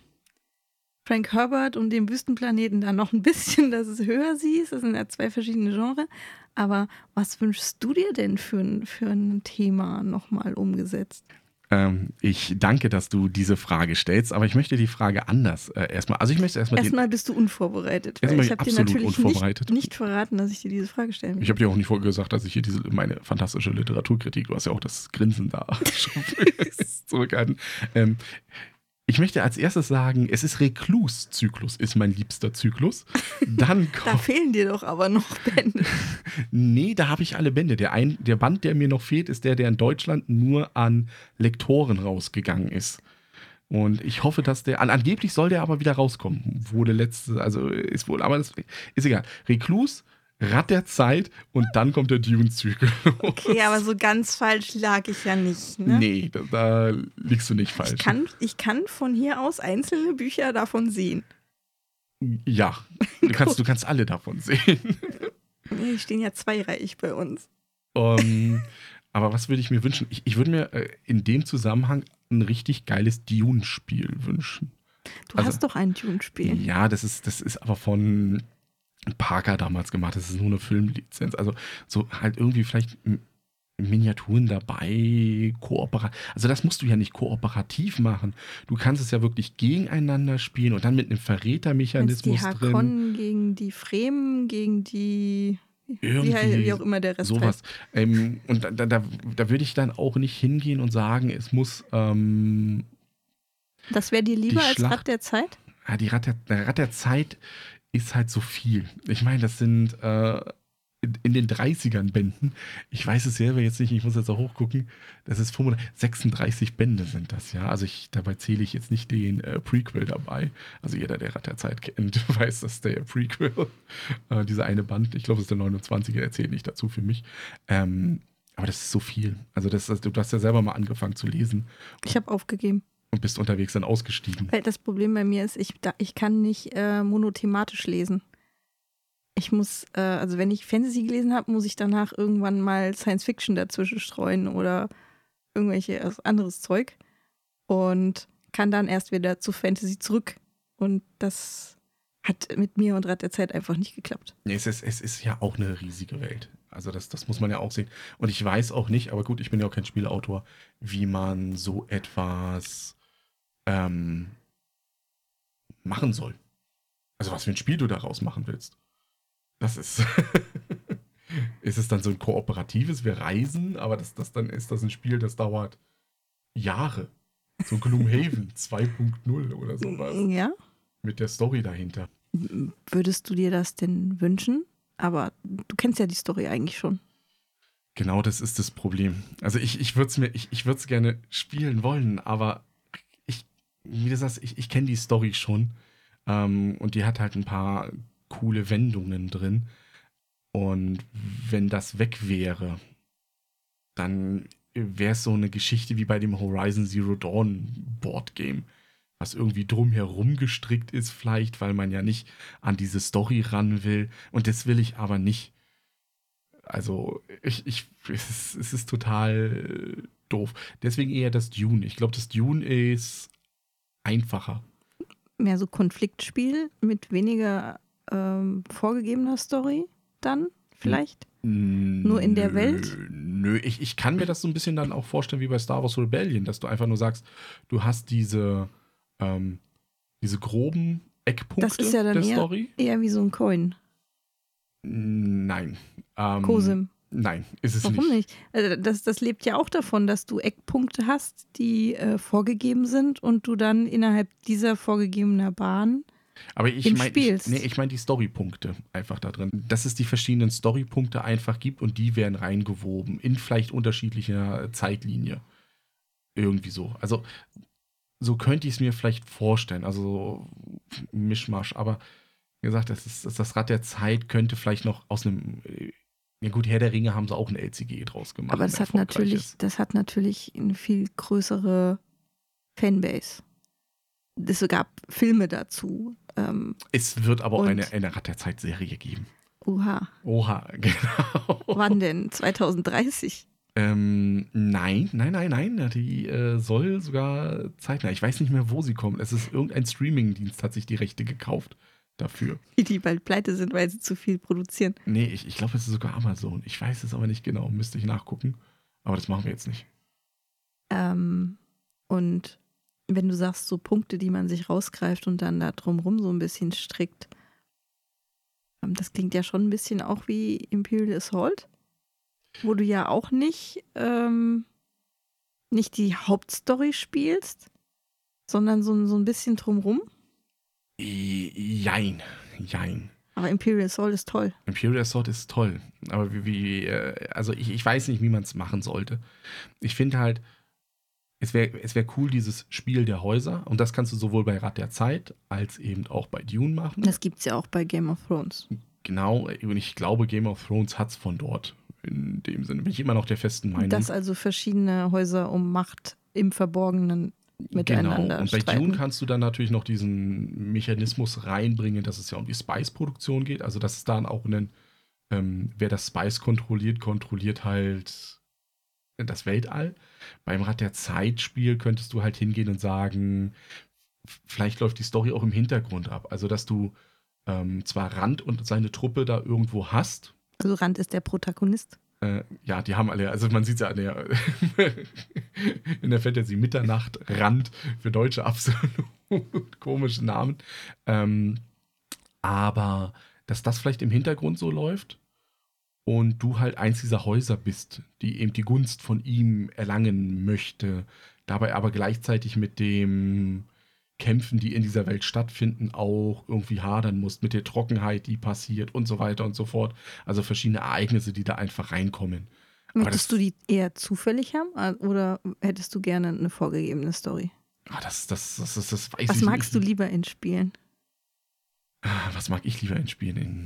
Frank Herbert und dem Wüstenplaneten da noch ein bisschen das höher siehst. Das sind ja zwei verschiedene Genres. Aber was wünschst du dir denn für ein, für ein Thema nochmal umgesetzt? Ähm, ich danke, dass du diese Frage stellst, aber ich möchte die Frage anders äh, erstmal. Also ich möchte erstmal. Erstmal bist du unvorbereitet. Weil Erstmal ich habe dir absolut natürlich unvorbereitet. nicht, nicht verraten, dass ich dir diese Frage stellen will. Ich habe dir auch nicht vorher gesagt, dass ich hier diese meine fantastische Literaturkritik, du hast ja auch das Grinsen da schon zurückgehalten. Ähm, ich möchte als erstes sagen, es ist Reclus-Zyklus, ist mein liebster Zyklus. Dann Da kommt, fehlen dir doch aber noch Bände. nee, da habe ich alle Bände. Der, ein, der Band, der mir noch fehlt, ist der, der in Deutschland nur an Lektoren rausgegangen ist. Und ich hoffe, dass der, an, angeblich soll der aber wieder rauskommen. Wurde letzte, also ist wohl, aber das ist egal. Reclus, Rad der Zeit und dann kommt der Dune-Zyklus. Okay, aber so ganz falsch lag ich ja nicht. Ne? Nee, da, da liegst du nicht falsch. Ich kann, ich kann von hier aus einzelne Bücher davon sehen. Ja, du kannst, du kannst alle davon sehen. Nee, stehen ja zweireihig bei uns. um, aber was würde ich mir wünschen? Ich, ich würde mir äh, in dem Zusammenhang ein richtig geiles Dune-Spiel wünschen. Du Also, hast doch ein Dune-Spiel. Ja, das ist, das ist aber von Parker damals gemacht. Das ist nur eine Filmlizenz. Also so halt irgendwie vielleicht M- Miniaturen dabei, kooperativ. Also das musst du ja nicht kooperativ machen. Du kannst es ja wirklich gegeneinander spielen und dann mit einem Wenn's die Verrätermechanismus drin. Hakon gegen die Fremen, gegen die, wie, Irgendwie wie auch immer der Rest Sowas. heißt. Ähm, und da, da, da, da würde ich dann auch nicht hingehen und sagen, es muss ähm, Das wäre dir lieber Die als Schlacht- Rad der Zeit? ja, die Rad der, der Rad der Zeit ist halt so viel. Ich meine, das sind äh, in, in den dreißigern Bänden. Ich weiß es selber jetzt nicht, ich muss jetzt auch hochgucken. Das ist fünfunddreißig, sechsunddreißig Bände sind das, ja. Also ich, dabei zähle ich jetzt nicht den äh, Prequel dabei. Also jeder, der Rad der Zeit kennt, weiß, dass der Prequel, äh, dieser eine Band, ich glaube, es ist der neunundzwanziger, der zählt nicht dazu für mich. Ähm, aber das ist so viel. Also das, das, du hast ja selber mal angefangen zu lesen Ich habe aufgegeben. und bist unterwegs dann ausgestiegen. Weil das Problem bei mir ist, ich, da, ich kann nicht äh, monothematisch lesen. Ich muss, äh, also wenn ich Fantasy gelesen habe, muss ich danach irgendwann mal Science Fiction dazwischen streuen oder irgendwelche anderes Zeug und kann dann erst wieder zu Fantasy zurück. Und das hat mit mir und Rad der Zeit einfach nicht geklappt. Nee, es ist, es ist ja auch eine riesige Welt. Also das, das muss man ja auch sehen. Und ich weiß auch nicht, aber gut, ich bin ja auch kein Spielautor, wie man so etwas ähm, machen soll. Also was für ein Spiel du daraus machen willst. Das ist. Ist es dann so ein kooperatives, wir reisen, aber das, das dann ist das ein Spiel, das dauert Jahre. So Gloomhaven zwei Punkt null oder sowas. Ja. Mit der Story dahinter. Würdest du dir das denn wünschen? Aber du kennst ja die Story eigentlich schon. Genau, das ist das Problem. Also ich, ich würde es mir, ich, ich würde es gerne spielen wollen, aber ich, wie du sagst, ich, ich kenne die Story schon. Ähm, und die hat halt ein paar coole Wendungen drin. Und wenn das weg wäre, dann wäre es so eine Geschichte wie bei dem Horizon Zero Dawn Board Game, was irgendwie drumherum gestrickt ist vielleicht, weil man ja nicht an diese Story ran will. Und das will ich aber nicht. Also, ich, ich, es, ist, es ist total äh, doof. Deswegen eher das Dune. Ich glaube, das Dune ist einfacher. Mehr so Konfliktspiel mit weniger ähm, vorgegebener Story dann vielleicht? N Nur in der Welt? Nö, ich, ich kann mir das so ein bisschen dann auch vorstellen wie bei Star Wars Rebellion, dass du einfach nur sagst, du hast diese, ähm, diese groben Eckpunkte das ist ja dann der eher, Story. eher wie so ein Coin. Nein. Ähm, Cosim. Nein, ist es Warum nicht. nicht? Also das, das lebt ja auch davon, dass du Eckpunkte hast, die äh, vorgegeben sind und du dann innerhalb dieser vorgegebener Bahn Aber ich eben meine, ich, spielst. nee, ich meine die Storypunkte einfach da drin. Dass es die verschiedenen Storypunkte einfach gibt und die werden reingewoben in vielleicht unterschiedlicher Zeitlinie. Irgendwie so. Also so könnte ich es mir vielleicht vorstellen. Also so Mischmasch. Aber wie gesagt, das, ist, das Rad der Zeit könnte vielleicht noch aus einem. Ja gut, Herr der Ringe haben sie auch ein L C G draus gemacht. Aber das hat, natürlich, das hat natürlich eine viel größere Fanbase. Es gab Filme dazu. Ähm, es wird aber auch eine, eine Rad der Zeit-Serie geben. Oha. Oha, genau. Wann denn? zwanzig dreißig? Ähm, nein, nein, nein, nein. Die äh, soll sogar zeitnah. Ich weiß nicht mehr, wo sie kommt. Es ist irgendein Streaming-Dienst, hat sich die Rechte gekauft dafür. Die, die bald pleite sind, weil sie zu viel produzieren. Nee, ich, ich glaube, es ist sogar Amazon. Ich weiß es aber nicht genau. Müsste ich nachgucken. Aber das machen wir jetzt nicht. Ähm, und wenn du sagst, so Punkte, die man sich rausgreift und dann da drumrum so ein bisschen strickt, ähm, das klingt ja schon ein bisschen auch wie Imperial Assault, wo du ja auch nicht, ähm, nicht die Hauptstory spielst, sondern so, so ein bisschen drumrum. Jein, jein. Aber Imperial Assault ist toll. Imperial Assault ist toll. Aber wie, wie äh, also ich, ich weiß nicht, wie man es machen sollte. Ich finde halt, es wäre es wär cool, dieses Spiel der Häuser. Und das kannst du sowohl bei Rad der Zeit als eben auch bei Dune machen. Das gibt es ja auch bei Game of Thrones. Genau, und ich glaube, Game of Thrones hat es von dort. In dem Sinne bin ich immer noch der festen Meinung. Dass also verschiedene Häuser um Macht im Verborgenen miteinander Genau, und bei streiten. Dune kannst du dann natürlich noch diesen Mechanismus reinbringen, dass es ja um die Spice-Produktion geht. Also, dass es dann auch einen, ähm, wer das Spice kontrolliert, kontrolliert halt das Weltall. Beim Rad der Zeit-Spiel könntest du halt hingehen und sagen, vielleicht läuft die Story auch im Hintergrund ab. Also, dass du ähm, zwar Rand und seine Truppe da irgendwo hast. Also Rand ist der Protagonist. Äh, ja, die haben alle, also man sieht es ja an der, in der Fantasy Mitternacht, Rand, für Deutsche absolut komische Namen. Ähm, aber dass das vielleicht im Hintergrund so läuft und du halt eins dieser Häuser bist, die eben die Gunst von ihm erlangen möchte, dabei aber gleichzeitig mit dem Kämpfen, die in dieser Welt stattfinden, auch irgendwie hadern musst, mit der Trockenheit, die passiert und so weiter und so fort. Also verschiedene Ereignisse, die da einfach reinkommen. Möchtest du die eher zufällig haben oder hättest du gerne eine vorgegebene Story? Ah, das, das, das, das, das weiß Was ich magst nicht. du lieber in Spielen? Was mag ich lieber in Spielen? In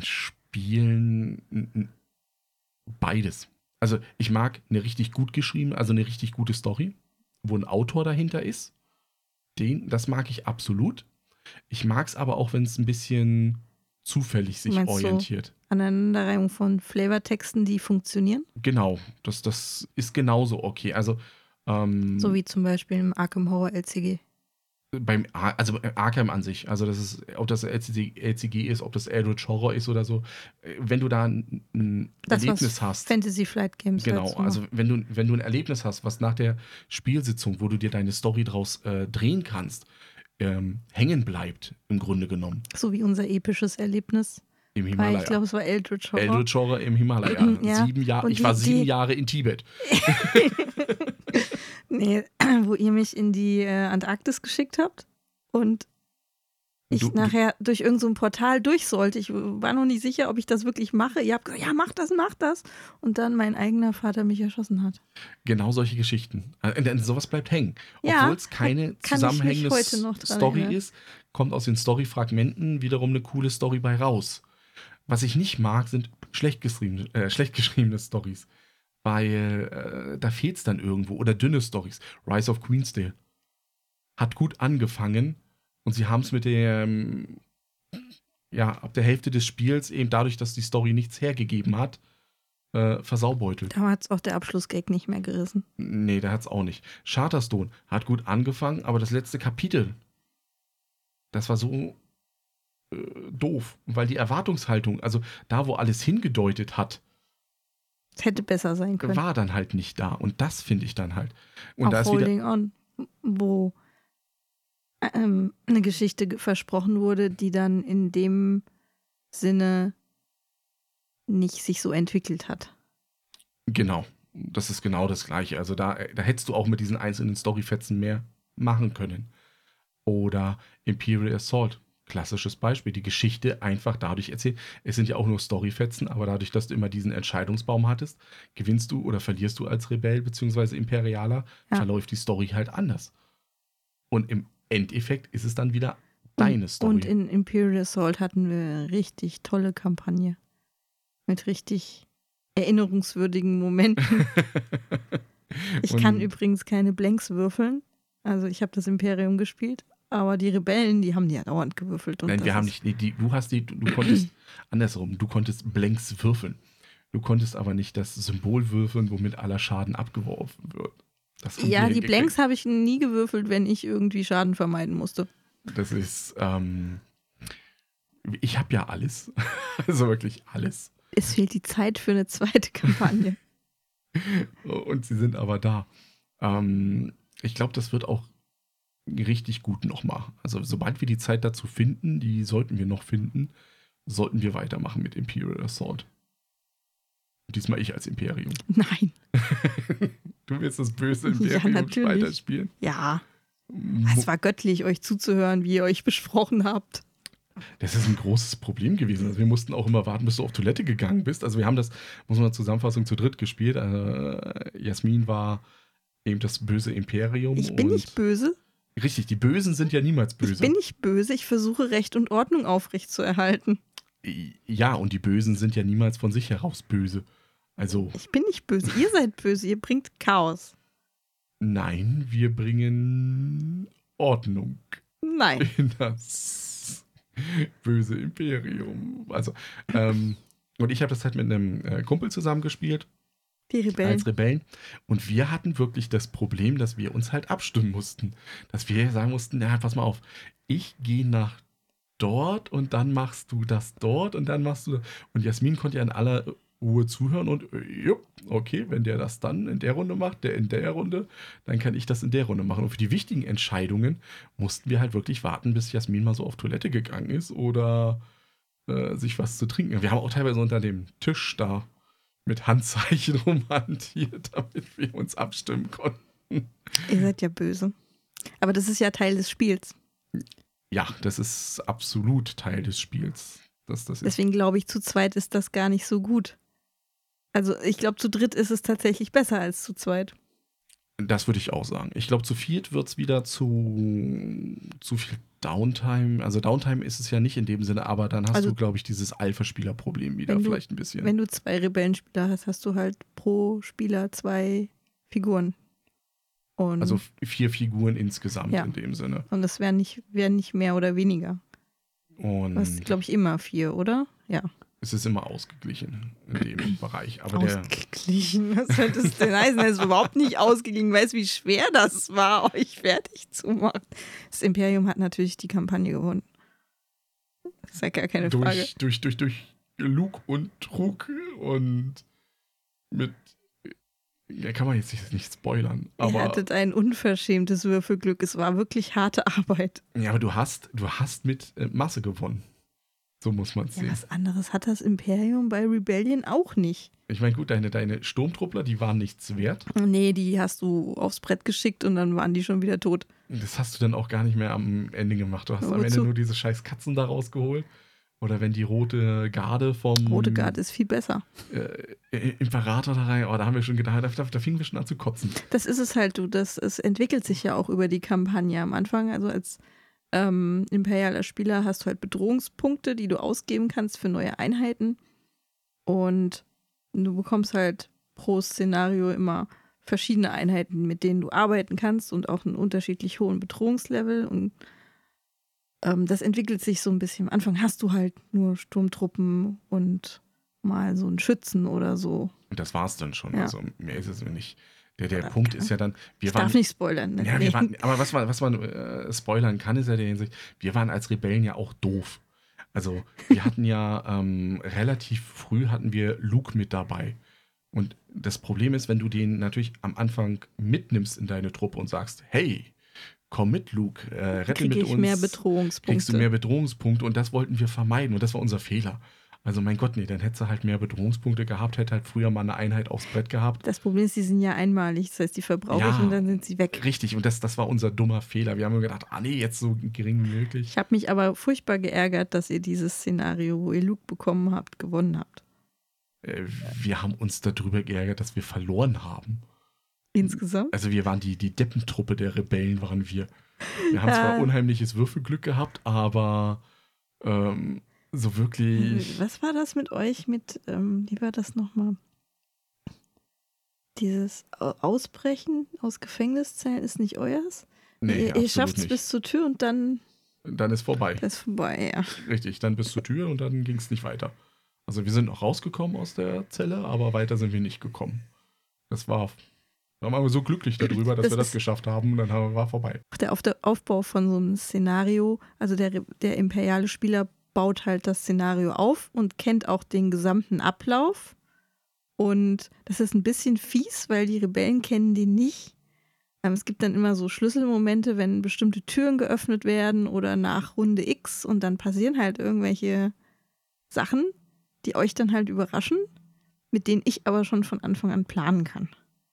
Spielen beides. Also ich mag eine richtig gut geschriebene, also eine richtig gute Story, wo ein Autor dahinter ist. Den, das mag ich absolut. Ich mag es aber auch, wenn es ein bisschen zufällig sich Meinst orientiert. So Aneinanderreihung von Flavortexten, die funktionieren? Genau, das, das ist genauso okay. Also, ähm, so wie zum Beispiel im Arkham Horror L C G. Beim Ar also Arkham an sich, also das ist, ob das L C G ist, ob das Eldritch Horror ist oder so, wenn du da ein, ein das, Erlebnis hast. Fantasy Flight Games. Genau, also wenn du, wenn du ein Erlebnis hast, was nach der Spielsitzung, wo du dir deine Story draus äh, drehen kannst, ähm, hängen bleibt, im Grunde genommen. So wie unser episches Erlebnis. Im Himalaya. Ich glaube, es war Eldritch Horror. Eldritch Horror im Himalaya. Ja. Sieben Jahre. Ich die, war sieben die, Jahre in Tibet. Nee, wo ihr mich in die äh, Antarktis geschickt habt und ich du, nachher durch irgendein so Portal durch sollte. Ich war noch nicht sicher, ob ich das wirklich mache. Ihr habt gesagt, ja, mach das, mach das. Und dann mein eigener Vater mich erschossen hat. Genau solche Geschichten. Denn sowas bleibt hängen. Ja, obwohl es keine zusammenhängende Story erinnern. ist, kommt aus den Story-Fragmenten wiederum eine coole Story bei raus. Was ich nicht mag, sind schlecht geschriebene, äh, schlecht geschriebene Stories. Weil äh, da fehlt es dann irgendwo. Oder dünne Stories. Rise of Queensdale hat gut angefangen und sie haben es mit dem, ja, ab der Hälfte des Spiels eben dadurch, dass die Story nichts hergegeben hat, äh, versaubeutelt. Da hat es auch der Abschlussgag nicht mehr gerissen. Nee, da hat es auch nicht. Charterstone hat gut angefangen, aber das letzte Kapitel, das war so äh, doof. Weil die Erwartungshaltung, also da, wo alles hingedeutet hat, es hätte besser sein können. War dann halt nicht da. Und das finde ich dann halt. Und auch da ist Holding wieder On, wo ähm, eine Geschichte versprochen wurde, die dann in dem Sinne nicht sich so entwickelt hat. Genau. Das ist genau das Gleiche. Also da, da hättest du auch mit diesen einzelnen Storyfetzen mehr machen können. Oder Imperial Assault. Klassisches Beispiel. Die Geschichte einfach dadurch erzählt. Es sind ja auch nur Storyfetzen, aber dadurch, dass du immer diesen Entscheidungsbaum hattest, gewinnst du oder verlierst du als Rebell bzw. Imperialer, ja. verläuft die Story halt anders. Und im Endeffekt ist es dann wieder deine Story. Und in Imperial Assault hatten wir eine richtig tolle Kampagne. Mit richtig erinnerungswürdigen Momenten. Ich kann übrigens keine Blanks würfeln. Also ich habe das Imperium gespielt. Aber die Rebellen, die haben die ja dauernd gewürfelt. Und Nein, wir haben nicht, die, die, du hast die, du, du konntest, andersrum, du konntest Blanks würfeln. Du konntest aber nicht das Symbol würfeln, womit aller Schaden abgeworfen wird. Das ja, die Blanks habe ich nie gewürfelt, wenn ich irgendwie Schaden vermeiden musste. Das ist, ähm, ich habe ja alles. Also wirklich alles. Es fehlt die Zeit für eine zweite Kampagne. Und sie sind aber da. Ähm, ich glaube, das wird auch richtig gut noch machen. Also sobald wir die Zeit dazu finden, die sollten wir noch finden, sollten wir weitermachen mit Imperial Assault. Diesmal ich als Imperium. Nein. Du willst das böse Imperium ja, weiterspielen? Ja. Es war göttlich, euch zuzuhören, wie ihr euch besprochen habt. Das ist ein großes Problem gewesen. Also wir mussten auch immer warten, bis du auf Toilette gegangen bist. Also wir haben das, muss man Zusammenfassung, zu dritt gespielt. Also Jasmin war eben das böse Imperium. Ich bin und nicht böse. Richtig, die Bösen sind ja niemals böse. Ich bin nicht böse, ich versuche Recht und Ordnung aufrechtzuerhalten. Ja, und die Bösen sind ja niemals von sich heraus böse. Also. Ich bin nicht böse, ihr seid böse, ihr bringt Chaos. Nein, wir bringen Ordnung. Nein. In das böse Imperium. Also, ähm, und ich habe das halt mit einem äh, Kumpel zusammengespielt. Die Rebellen. Als Rebellen. Und wir hatten wirklich das Problem, dass wir uns halt abstimmen mussten. Dass wir sagen mussten, ja, pass mal auf, ich gehe nach dort und dann machst du das dort und dann machst du das. Und Jasmin konnte ja in aller Ruhe zuhören und jupp, okay, wenn der das dann in der Runde macht, der in der Runde, dann kann ich das in der Runde machen. Und für die wichtigen Entscheidungen mussten wir halt wirklich warten, bis Jasmin mal so auf Toilette gegangen ist oder äh, sich was zu trinken. Wir haben auch teilweise unter dem Tisch da mit Handzeichen rumhantiert, damit wir uns abstimmen konnten. Ihr seid ja böse. Aber das ist ja Teil des Spiels. Ja, das ist absolut Teil des Spiels. Dass das Deswegen glaube ich, zu zweit ist das gar nicht so gut. Also ich glaube, zu dritt ist es tatsächlich besser als zu zweit. Das würde ich auch sagen. Ich glaube, zu viert wird es wieder zu, zu viel Downtime. Also Downtime ist es ja nicht in dem Sinne, aber dann hast also, du, glaube ich, dieses Alpha-Spieler-Problem wieder du, vielleicht ein bisschen. Wenn du zwei Rebellenspieler hast, hast du halt pro Spieler zwei Figuren. Und also vier Figuren insgesamt ja. in dem Sinne. Und das wären nicht, wär nicht mehr oder weniger. Und das ist, glaube ich, immer vier, oder? Ja. es ist immer ausgeglichen in dem Bereich. Aber ausgeglichen? Was könnte es denn heißen? Es ist überhaupt nicht ausgeglichen. Weißt du, wie schwer das war, euch fertig zu machen? Das Imperium hat natürlich die Kampagne gewonnen. Das ist ja gar keine durch, Frage. Durch, durch, durch Lug und Trug und mit. Ja, kann man jetzt nicht, nicht spoilern. Aber Ihr hattet ein unverschämtes Würfelglück. Es war wirklich harte Arbeit. Ja, aber du hast, du hast mit äh, Masse gewonnen. So muss man es Ja, sehen. was anderes hat das Imperium bei Rebellion auch nicht. Ich meine, gut, deine, deine Sturmtruppler, die waren nichts wert. Nee, die hast du aufs Brett geschickt und dann waren die schon wieder tot. Das hast du dann auch gar nicht mehr am Ende gemacht. Du hast Wozu? am Ende nur diese scheiß Katzen da rausgeholt. Oder wenn die rote Garde vom... Rote Garde ist viel besser. Äh, Imperator da rein, oh, da haben wir schon gedacht, da, da fingen wir schon an zu kotzen. Das ist es halt, du, das, es entwickelt sich ja auch über die Kampagne am Anfang. Also als ähm, imperialer Spieler hast du halt Bedrohungspunkte, die du ausgeben kannst für neue Einheiten. Und du bekommst halt pro Szenario immer verschiedene Einheiten, mit denen du arbeiten kannst und auch einen unterschiedlich hohen Bedrohungslevel. Und ähm, das entwickelt sich so ein bisschen. Am Anfang hast du halt nur Sturmtruppen und mal so einen Schützen oder so. Und das war's dann schon. Ja. Also mehr ist es nicht. Der, der Oder Punkt kann. ist ja dann, wir Ich waren. darf nicht spoilern. Ne? Ja, Nee. wir waren, aber was man, was man äh, spoilern kann, ist ja der Hinsicht, wir waren als Rebellen ja auch doof. Also wir hatten ja ähm, relativ früh hatten wir Luke mit dabei. Und das Problem ist, wenn du den natürlich am Anfang mitnimmst in deine Truppe und sagst, hey, komm mit, Luke, äh, rette Kriege mit ich uns, mehr Bedrohungspunkte. kriegst du mehr Bedrohungspunkte und das wollten wir vermeiden und das war unser Fehler. Also mein Gott, nee, dann hättest du halt mehr Bedrohungspunkte gehabt, hätte halt früher mal eine Einheit aufs Brett gehabt. Das Problem ist, die sind ja einmalig, das heißt, die verbrauche Ja, ich und dann sind sie weg. Richtig, und das, das war unser dummer Fehler. Wir haben nur gedacht, ah nee, jetzt so gering wie möglich. Ich habe mich aber furchtbar geärgert, dass ihr dieses Szenario, wo ihr Luke bekommen habt, gewonnen habt. Äh, wir haben uns darüber geärgert, dass wir verloren haben. Insgesamt? Also wir waren die, die Deppentruppe der Rebellen, waren wir. Wir haben zwar Ja. unheimliches Würfelglück gehabt, aber ähm, so wirklich... Was war das mit euch? Mit, ähm, wie war das nochmal? Dieses Au- Ausbrechen aus Gefängniszellen ist nicht euers? Nee, ihr ihr absolut schafft es nicht. bis zur Tür und dann Dann ist vorbei. ist vorbei, ja. Richtig, dann bis zur Tür und dann ging es nicht weiter. Also wir sind noch rausgekommen aus der Zelle, aber weiter sind wir nicht gekommen. Das war... Da waren wir so glücklich darüber, dass Das wir das ist- geschafft haben und dann haben, war vorbei. Der, auf der Aufbau von so einem Szenario, also der, der imperiale Spieler baut halt das Szenario auf und kennt auch den gesamten Ablauf. Und das ist ein bisschen fies, weil die Rebellen kennen den nicht. Ähm, es gibt dann immer so Schlüsselmomente, wenn bestimmte Türen geöffnet werden oder nach Runde X und dann passieren halt irgendwelche Sachen, die euch dann halt überraschen, mit denen ich aber schon von Anfang an planen kann.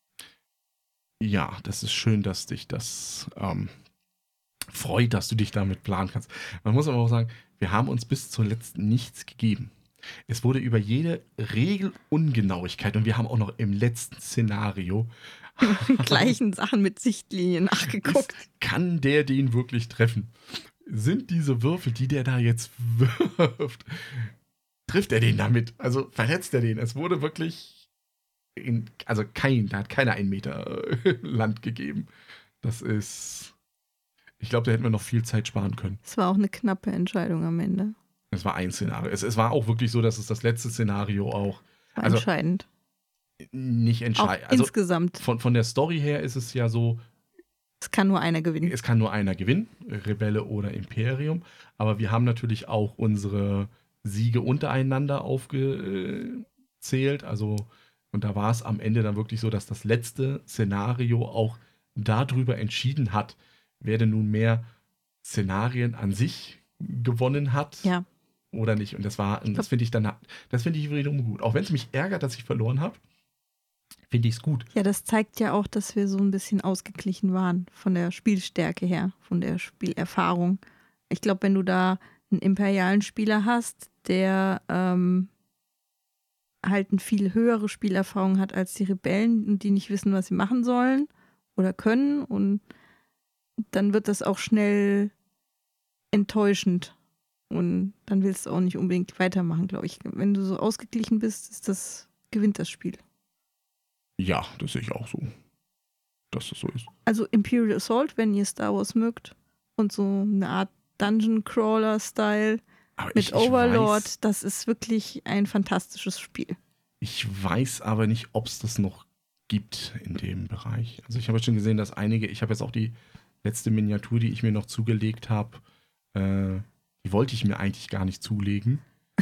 Ja, das ist schön, dass dich das ähm, freut, dass du dich damit planen kannst. Man muss aber auch sagen, wir haben uns bis zuletzt nichts gegeben. Es wurde über jede Regelungenauigkeit und wir haben auch noch im letzten Szenario Gleichen Sachen mit Sichtlinien nachgeguckt. Ist, kann der den wirklich treffen? Sind diese Würfel, die der da jetzt wirft, trifft er den damit? Also verletzt er den? Es wurde wirklich... In, also kein, da hat keiner einen Meter äh, Land gegeben. Das ist, ich glaube, da hätten wir noch viel Zeit sparen können. Es war auch eine knappe Entscheidung am Ende. Es war ein Szenario. Es, es war auch wirklich so, dass es das letzte Szenario auch War Also, entscheidend. nicht Auch entscheidend. Also insgesamt. von, von der Story her ist es ja so, Es kann nur einer gewinnen. es kann nur einer gewinnen, Rebelle oder Imperium. Aber wir haben natürlich auch unsere Siege untereinander aufgezählt. Also Und da war es am Ende dann wirklich so, dass das letzte Szenario auch darüber entschieden hat, wer denn nun mehr Szenarien an sich gewonnen hat Ja. oder nicht. Und das war, das finde ich dann, das finde ich wiederum gut. Auch wenn es mich ärgert, dass ich verloren habe, finde ich es gut. Ja, das zeigt ja auch, dass wir so ein bisschen ausgeglichen waren von der Spielstärke her, von der Spielerfahrung. Ich glaube, wenn du da einen imperialen Spieler hast, der ähm, halt eine viel höhere Spielerfahrung hat als die Rebellen und die nicht wissen, was sie machen sollen oder können, und dann wird das auch schnell enttäuschend und dann willst du auch nicht unbedingt weitermachen, glaube ich. Wenn du so ausgeglichen bist, ist das, gewinnt das Spiel. Ja, das sehe ich auch so, dass das so ist. Also Imperial Assault, wenn ihr Star Wars mögt und so eine Art Dungeon Crawler Style, Aber Mit ich, Overlord, ich weiß, das ist wirklich ein fantastisches Spiel. ich weiß aber nicht, ob es das noch gibt in dem Bereich. Also ich habe jetzt schon gesehen, dass einige, ich habe jetzt auch die letzte Miniatur, die ich mir noch zugelegt habe, äh, die wollte ich mir eigentlich gar nicht zulegen.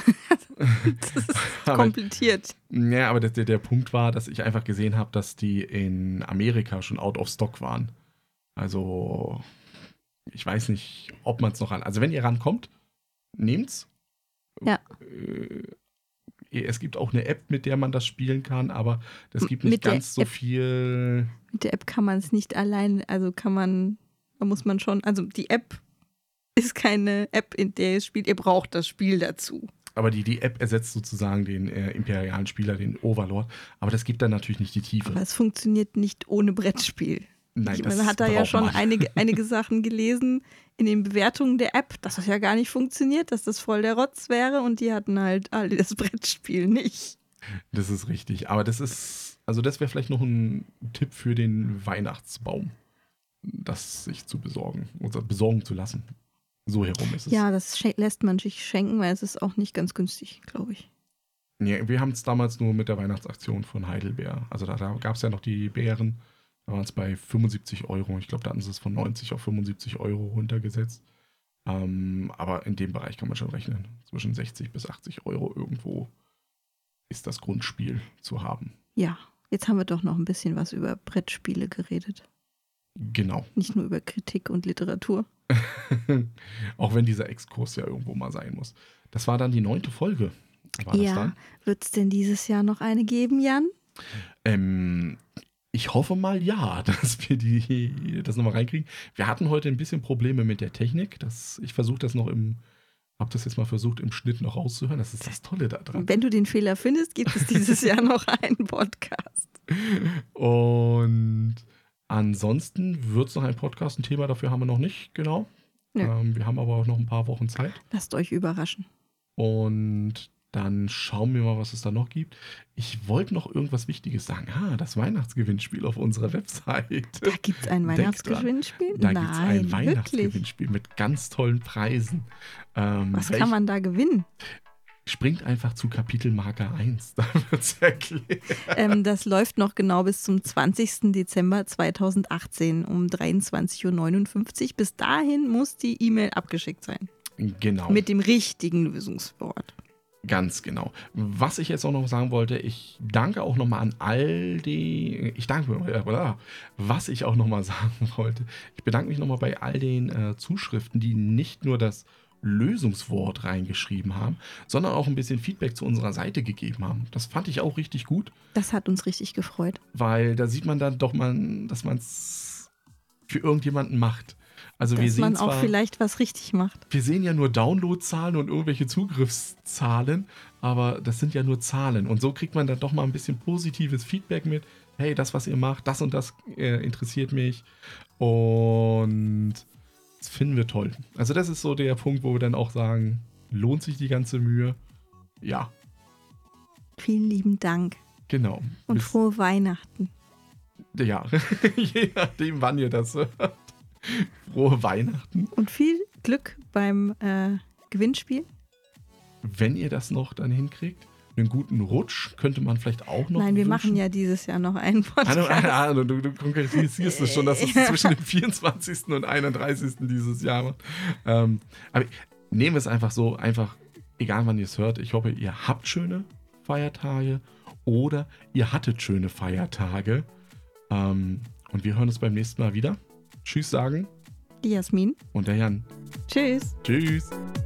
Das ist aber, kompliziert. ja, aber der, der Punkt war, dass ich einfach gesehen habe, dass die in Amerika schon out of stock waren. Also ich weiß nicht, ob man es noch an. Also wenn ihr rankommt, nehmt's. Ja. Äh, es gibt auch eine App, mit der man das spielen kann, aber das gibt nicht Mit der ganz so App- viel. Mit der App kann man es nicht allein, also kann man, da muss man schon, also die App ist keine App, in der ihr spielt, ihr braucht das Spiel dazu. Aber die, die App ersetzt sozusagen den äh, imperialen Spieler, den Overlord. Aber das gibt dann natürlich nicht die Tiefe. Aber es funktioniert nicht ohne Brettspiel. Nein, Ich, das man hat da ja braucht schon man. einige, einige Sachen gelesen in den Bewertungen der App, dass das ja gar nicht funktioniert, dass das voll der Rotz wäre und die hatten halt alle das Brettspiel nicht. Das ist richtig. Aber das ist, also das wäre vielleicht noch ein Tipp für den Weihnachtsbaum, das sich zu besorgen oder besorgen zu lassen. So herum ist es. Ja, das schen- lässt man sich schenken, weil es ist auch nicht ganz günstig, glaube ich. Ja, wir haben es damals nur mit der Weihnachtsaktion von Heidelbeer. Also da, da gab es ja noch die Beeren. Da waren es bei fünfundsiebzig Euro. Ich glaube, da hatten sie es von neunzig auf fünfundsiebzig Euro runtergesetzt. Ähm, aber in dem Bereich kann man schon rechnen. Zwischen sechzig bis achtzig Euro irgendwo ist das Grundspiel zu haben. Ja, jetzt haben wir doch noch ein bisschen was über Brettspiele geredet. Genau. Nicht nur über Kritik und Literatur. Auch wenn dieser Exkurs ja irgendwo mal sein muss. Das war dann die neunte Folge. War das Ja, dann? wird es denn dieses Jahr noch eine geben, Jan? Ähm, ich hoffe mal ja, dass wir die, das nochmal reinkriegen. Wir hatten heute ein bisschen Probleme mit der Technik. Das, ich versuche das noch im, habe das jetzt mal versucht im Schnitt noch rauszuhören. Das ist das Tolle daran. Wenn du den Fehler findest, gibt es dieses Jahr noch einen Podcast. Und ansonsten wird es noch ein Podcast, ein Thema dafür haben wir noch nicht, genau. Nö. Ähm, wir haben aber auch noch ein paar Wochen Zeit. Lasst euch überraschen. Und dann schauen wir mal, was es da noch gibt. Ich wollte noch irgendwas Wichtiges sagen. Ah, das Weihnachtsgewinnspiel auf unserer Website. Da gibt es ein Denk Weihnachtsgewinnspiel? Da gibt es ein Nein, wirklich. Weihnachtsgewinnspiel mit ganz tollen Preisen. Ähm, Was welch- kann man da gewinnen? Springt einfach zu Kapitelmarker eins, da wird es erklärt. ähm, das läuft noch genau bis zum zwanzigsten Dezember zweitausendachtzehn um dreiundzwanzig Uhr neunundfünfzig. Bis dahin muss die E-Mail abgeschickt sein. Genau. Mit dem richtigen Lösungswort. Ganz genau. Was ich jetzt auch noch sagen wollte, ich danke auch nochmal an all die, ich danke, äh, was ich auch nochmal sagen wollte, ich bedanke mich nochmal bei all den äh, Zuschriften, die nicht nur das Lösungswort reingeschrieben haben, sondern auch ein bisschen Feedback zu unserer Seite gegeben haben. Das fand ich auch richtig gut, Das hat uns richtig gefreut. weil da sieht man dann doch mal, dass man es für irgendjemanden macht. Also wir Dass sehen man auch zwar, vielleicht was richtig macht. wir sehen ja nur Downloadzahlen und irgendwelche Zugriffszahlen, aber das sind ja nur Zahlen. Und so kriegt man dann doch mal ein bisschen positives Feedback mit. Hey, das, was ihr macht, das und das äh, interessiert mich. Und das finden wir toll. Also das ist so der Punkt, wo wir dann auch sagen, lohnt sich die ganze Mühe? Ja, Vielen lieben Dank genau. und Bis- frohe Weihnachten. Ja, je nachdem, wann ihr das hört. Frohe Weihnachten. Und viel Glück beim äh, Gewinnspiel. Wenn ihr das noch dann hinkriegt, einen guten Rutsch könnte man vielleicht auch noch Nein, wir wünschen. machen ja dieses Jahr noch einen Ah, du, Podcast. ah, du, du, du konkretisierst es schon, dass es zwischen dem vierundzwanzigsten und einunddreißigsten dieses Jahr war. Ähm, aber nehmen wir es einfach so, einfach, egal wann ihr es hört, ich hoffe, ihr habt schöne Feiertage oder ihr hattet schöne Feiertage. Ähm, und wir hören uns beim nächsten Mal wieder. Tschüss sagen Die Jasmin. und der Jan. Tschüss. Tschüss.